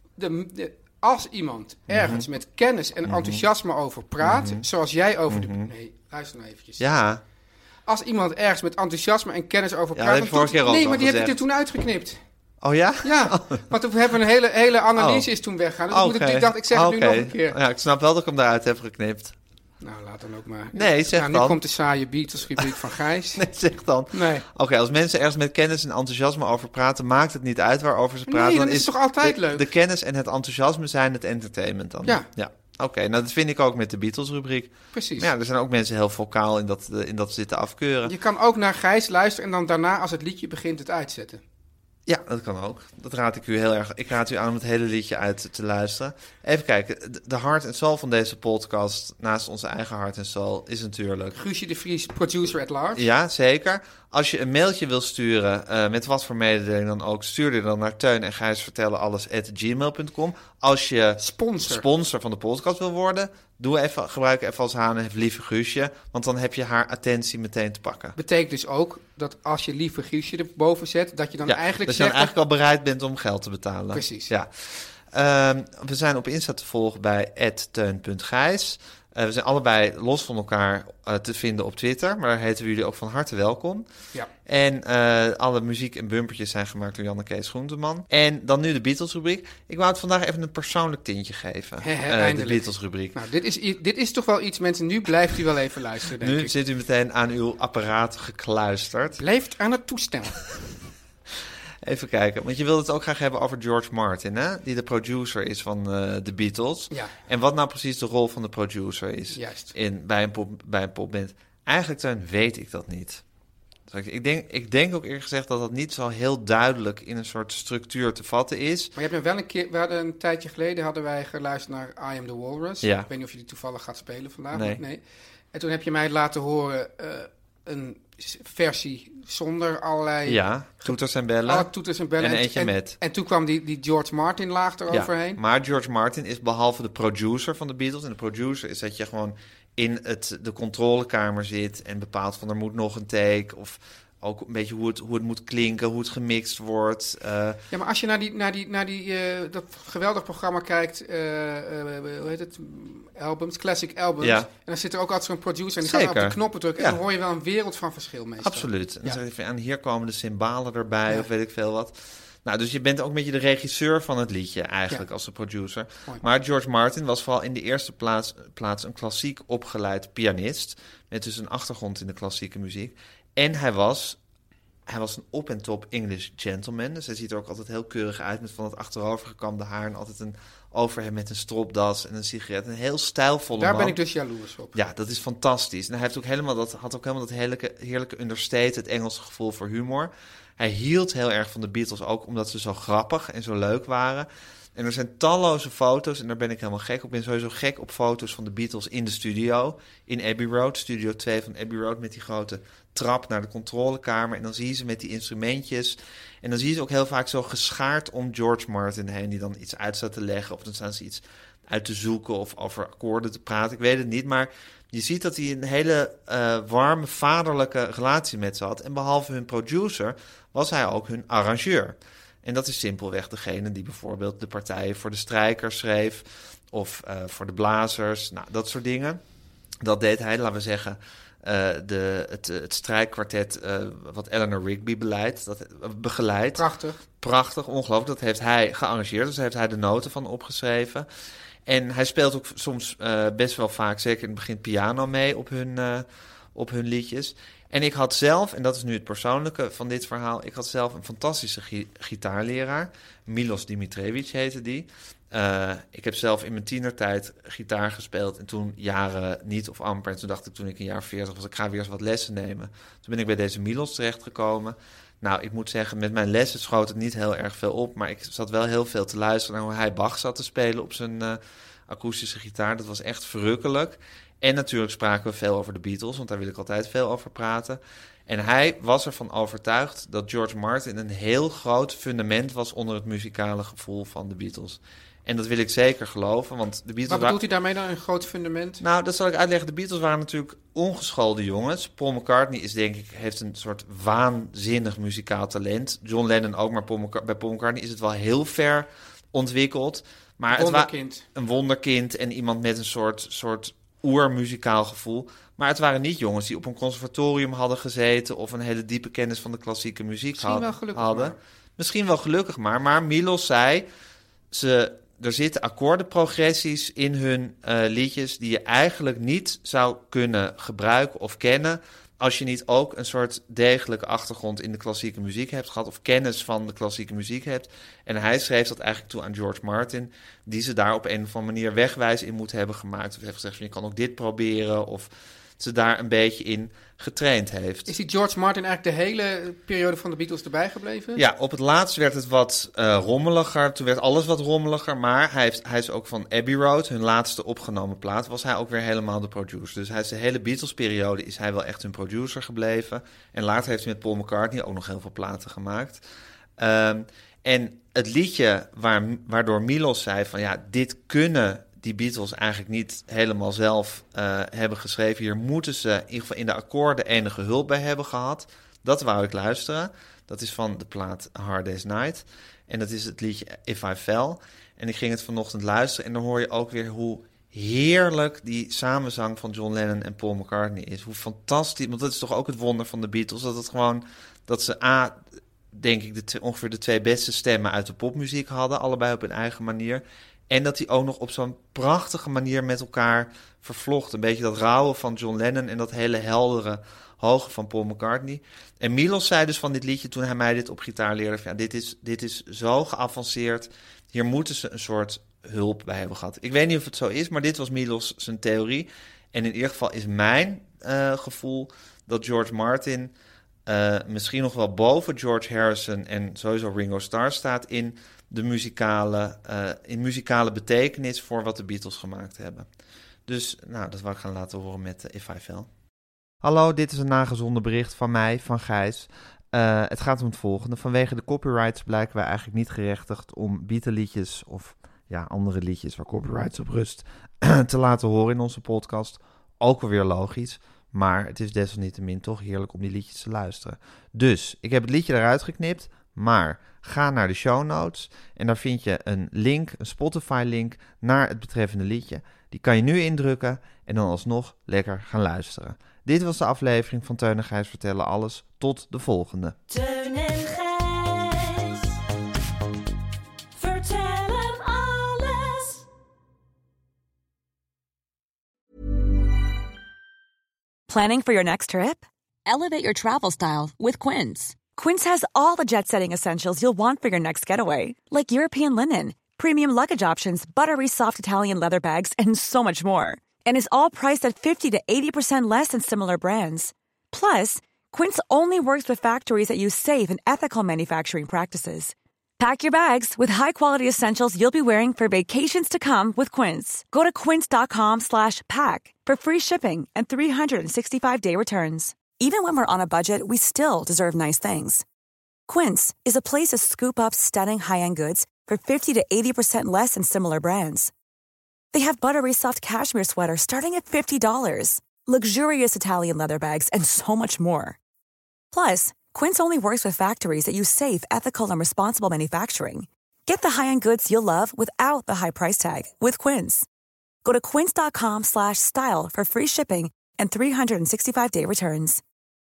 Als iemand ergens met kennis en enthousiasme over praat, zoals jij over de... Nee, luister nou eventjes. Ja. Als iemand ergens met enthousiasme en kennis over praat... dat heb je vorige keer ook nee, maar die heb ik er toen uitgeknipt. Oh ja? Ja, want we hebben een hele analyse is toen weggegaan. Dus ik dacht, ik zeg het nu nog een keer. Ja, ik snap wel dat ik hem daaruit heb geknipt. Nou, laat dan ook maar. Nee, zeg dan. Nu komt de saaie Beatles-rubriek van Gijs. Nee, zeg dan. Nee. Oké, als mensen ergens met kennis en enthousiasme over praten, maakt het niet uit waarover ze praten. Nee, dan is toch altijd leuk? De kennis en het enthousiasme zijn het entertainment dan. Ja. Oké, nou dat vind ik ook met de Beatles-rubriek. Precies. Maar ja, er zijn ook mensen heel vocaal in dat zitten afkeuren. Je kan ook naar Gijs luisteren en dan daarna, als het liedje begint, het uitzetten. Ja, dat kan ook. Dat raad ik u heel erg. Ik raad u aan om het hele liedje uit te luisteren. Even kijken. De hart en soul van deze podcast, naast onze eigen hart en soul, is natuurlijk... Guusje de Vries, producer at large. Ja, zeker. Als je een mailtje wil sturen, met wat voor mededeling dan ook, stuur er dan naar Teun en Gijs vertellen alles @gmail.com. Als je sponsor van de podcast wil worden, gebruik even als Hane lieve Guusje, want dan heb je haar attentie meteen te pakken. Betekent dus ook dat als je lieve Guusje erboven zet, dat je dan eigenlijk dat je dan eigenlijk al bereid bent om geld te betalen. Precies. Ja. We zijn op Insta te volgen bij @teun.gijs. We zijn allebei los van elkaar te vinden op Twitter, maar daar heten we jullie ook van harte welkom. Ja. En alle muziek en bumpertjes zijn gemaakt door Janne Kees Groenteman. En dan nu de Beatles-rubriek. Ik wou het vandaag even een persoonlijk tintje geven. De Beatles-rubriek. Nou, dit is toch wel iets, mensen. Nu blijft u wel even luisteren, denk ik. Nu zit u meteen aan uw apparaat gekluisterd. Blijft aan het toestel. Even kijken, want je wilde het ook graag hebben over George Martin, hè? Die de producer is van de Beatles. Ja. En wat nou precies de rol van de producer is. Juist. Bij een popband. Eigenlijk, Teun, weet ik dat niet. Dus ik denk ook eerlijk gezegd dat dat niet zo heel duidelijk in een soort structuur te vatten is. Maar je hebt wel een keer, we hadden een tijdje geleden hadden wij geluisterd naar I Am The Walrus. Ja. Ik weet niet of je die toevallig gaat spelen vandaag. Nee. En toen heb je mij laten horen een versie zonder allerlei... Ja, toeters en bellen. Alle toeters en bellen. En eentje met. En toen kwam die George Martin laag eroverheen. Ja, maar George Martin is behalve de producer van de Beatles. En de producer is dat je gewoon in de controlekamer zit en bepaalt van er moet nog een take. Of Ook een beetje hoe het moet klinken, hoe het gemixt wordt. Ja, maar als je naar dat geweldig programma kijkt, hoe heet het? Albums, classic albums. Ja. En dan zit er ook altijd zo'n producer en die Zeker. gaat dan op de knoppen drukken. Ja. En dan hoor je wel een wereld van verschil meestal. Absoluut. En dan Ja. zeg je van, en hier komen de cymbalen erbij Ja. of weet ik veel wat. Nou, dus je bent ook een beetje de regisseur van het liedje eigenlijk Ja. als de producer. Mooi. Maar George Martin was vooral in de eerste plaats een klassiek opgeleid pianist. Met dus een achtergrond in de klassieke muziek. En hij was een op en top English gentleman. Dus hij ziet er ook altijd heel keurig uit met van het achterovergekamde haar en altijd een overhemd met een stropdas en een sigaret. Een heel stijlvolle Daar man. ben ik dus jaloers op. Ja, dat is fantastisch. En hij heeft ook had ook helemaal dat heerlijke understated het Engelse gevoel voor humor. Hij hield heel erg van de Beatles, ook omdat ze zo grappig en zo leuk waren. En er zijn talloze foto's, en daar ben ik helemaal gek op. Ik ben sowieso gek op foto's van de Beatles in de studio. In Abbey Road, studio 2 van Abbey Road, met die grote trap naar de controlekamer. En dan zie je ze met die instrumentjes. En dan zie je ze ook heel vaak zo geschaard om George Martin heen, die dan iets uit staat te leggen. Of dan staan ze iets uit te zoeken of over akkoorden te praten. Ik weet het niet, maar je ziet dat hij een hele warme, vaderlijke relatie met ze had. En behalve hun producer was hij ook hun arrangeur. En dat is simpelweg degene die bijvoorbeeld de partijen voor de strijkers schreef. Of voor de blazers, nou, dat soort dingen. Dat deed hij, laten we zeggen, het strijkkwartet wat Eleanor Rigby begeleidt. Prachtig, ongelooflijk. Dat heeft hij gearrangeerd, dus daar heeft hij de noten van opgeschreven. En hij speelt ook soms best wel vaak, zeker in het begin, piano mee op hun liedjes. En ik had zelf, en dat is nu het persoonlijke van dit verhaal, ik had zelf een fantastische gitaarleraar. Milos Dimitrijevic heette die. Ik heb zelf in mijn tienertijd gitaar gespeeld en toen jaren niet of amper. En toen dacht ik, toen ik een jaar 40 was, ik ga weer eens wat lessen nemen. Toen ben ik bij deze Milos terechtgekomen. Nou, ik moet zeggen, met mijn lessen schoot het niet heel erg veel op, maar ik zat wel heel veel te luisteren naar hoe hij Bach zat te spelen op zijn akoestische gitaar. Dat was echt verrukkelijk. En natuurlijk spraken we veel over de Beatles, want daar wil ik altijd veel over praten. En hij was ervan overtuigd dat George Martin een heel groot fundament was onder het muzikale gevoel van de Beatles. En dat wil ik zeker geloven, want de Beatles... Wat bedoelt hij daarmee dan, een groot fundament? Nou, dat zal ik uitleggen. De Beatles waren natuurlijk ongeschoolde jongens. Paul McCartney heeft een soort waanzinnig muzikaal talent. John Lennon ook, maar bij Paul McCartney is het wel heel ver ontwikkeld. Maar een wonderkind en iemand met een soort oermuzikaal gevoel. Maar het waren niet jongens die op een conservatorium hadden gezeten of een hele diepe kennis van de klassieke muziek hadden. Misschien wel gelukkig maar Milos zei, er zitten akkoordenprogressies in hun liedjes die je eigenlijk niet zou kunnen gebruiken of kennen als je niet ook een soort degelijke achtergrond in de klassieke muziek hebt gehad of kennis van de klassieke muziek hebt. En hij schreef dat eigenlijk toe aan George Martin, die ze daar op een of andere manier wegwijs in moet hebben gemaakt. Of heeft gezegd van je kan ook dit proberen of ze daar een beetje in getraind heeft. Is die George Martin eigenlijk de hele periode van de Beatles erbij gebleven? Ja, op het laatst werd het wat rommeliger. Toen werd alles wat rommeliger. Maar hij is ook van Abbey Road, hun laatste opgenomen plaat, was hij ook weer helemaal de producer. Dus hij is de hele Beatles-periode is hij wel echt hun producer gebleven. En later heeft hij met Paul McCartney ook nog heel veel platen gemaakt. En het liedje waardoor Milos zei van ja, dit kunnen die Beatles eigenlijk niet helemaal zelf hebben geschreven. Hier moeten ze in ieder geval in de akkoorden enige hulp bij hebben gehad. Dat wou ik luisteren. Dat is van de plaat Hard Day's Night. En dat is het liedje If I Fell. En ik ging het vanochtend luisteren en dan hoor je ook weer hoe heerlijk die samenzang van John Lennon en Paul McCartney is. Hoe fantastisch, want dat is toch ook het wonder van de Beatles, dat ze denk ik ongeveer de twee beste stemmen uit de popmuziek hadden, allebei op hun eigen manier. En dat die ook nog op zo'n prachtige manier met elkaar vervlocht. Een beetje dat rauwe van John Lennon en dat hele heldere hoge van Paul McCartney. En Milos zei dus van dit liedje, toen hij mij dit op gitaar leerde, van, ja, dit is zo geavanceerd. Hier moeten ze een soort hulp bij hebben gehad. Ik weet niet of het zo is, maar dit was Milos zijn theorie. En in ieder geval is mijn gevoel dat George Martin misschien nog wel boven George Harrison en sowieso Ringo Starr staat in de muzikale betekenis voor wat de Beatles gemaakt hebben. Dus nou, dat wou ik gaan laten horen met If I Fell. Hallo, dit is een nagezonden bericht van mij, van Gijs. Het gaat om het volgende. Vanwege de copyrights blijken wij eigenlijk niet gerechtigd om Beatle-liedjes of andere liedjes waar copyrights op rust te laten horen in onze podcast. Ook alweer logisch. Maar het is desalniettemin toch heerlijk om die liedjes te luisteren. Dus, ik heb het liedje eruit geknipt, maar ga naar de show notes en daar vind je een link, een Spotify-link naar het betreffende liedje. Die kan je nu indrukken en dan alsnog lekker gaan luisteren. Dit was de aflevering van Teun en Gijs vertellen alles. Tot de volgende. Teun en Gijs. Vertel hem alles. Planning for your next trip? Elevate your travel style with Quince. Quince has all the jet-setting essentials you'll want for your next getaway, like European linen, premium luggage options, buttery soft Italian leather bags, and so much more. And is all priced at 50 to 80% less than similar brands. Plus, Quince only works with factories that use safe and ethical manufacturing practices. Pack your bags with high-quality essentials you'll be wearing for vacations to come with Quince. Go to quince.com/pack for free shipping and 365-day returns. Even when we're on a budget, we still deserve nice things. Quince is a place to scoop up stunning high-end goods for 50 to 80% less than similar brands. They have buttery soft cashmere sweaters starting at $50, luxurious Italian leather bags, and so much more. Plus, Quince only works with factories that use safe, ethical, and responsible manufacturing. Get the high-end goods you'll love without the high price tag with Quince. Go to quince.com/style for free shipping and 365-day returns.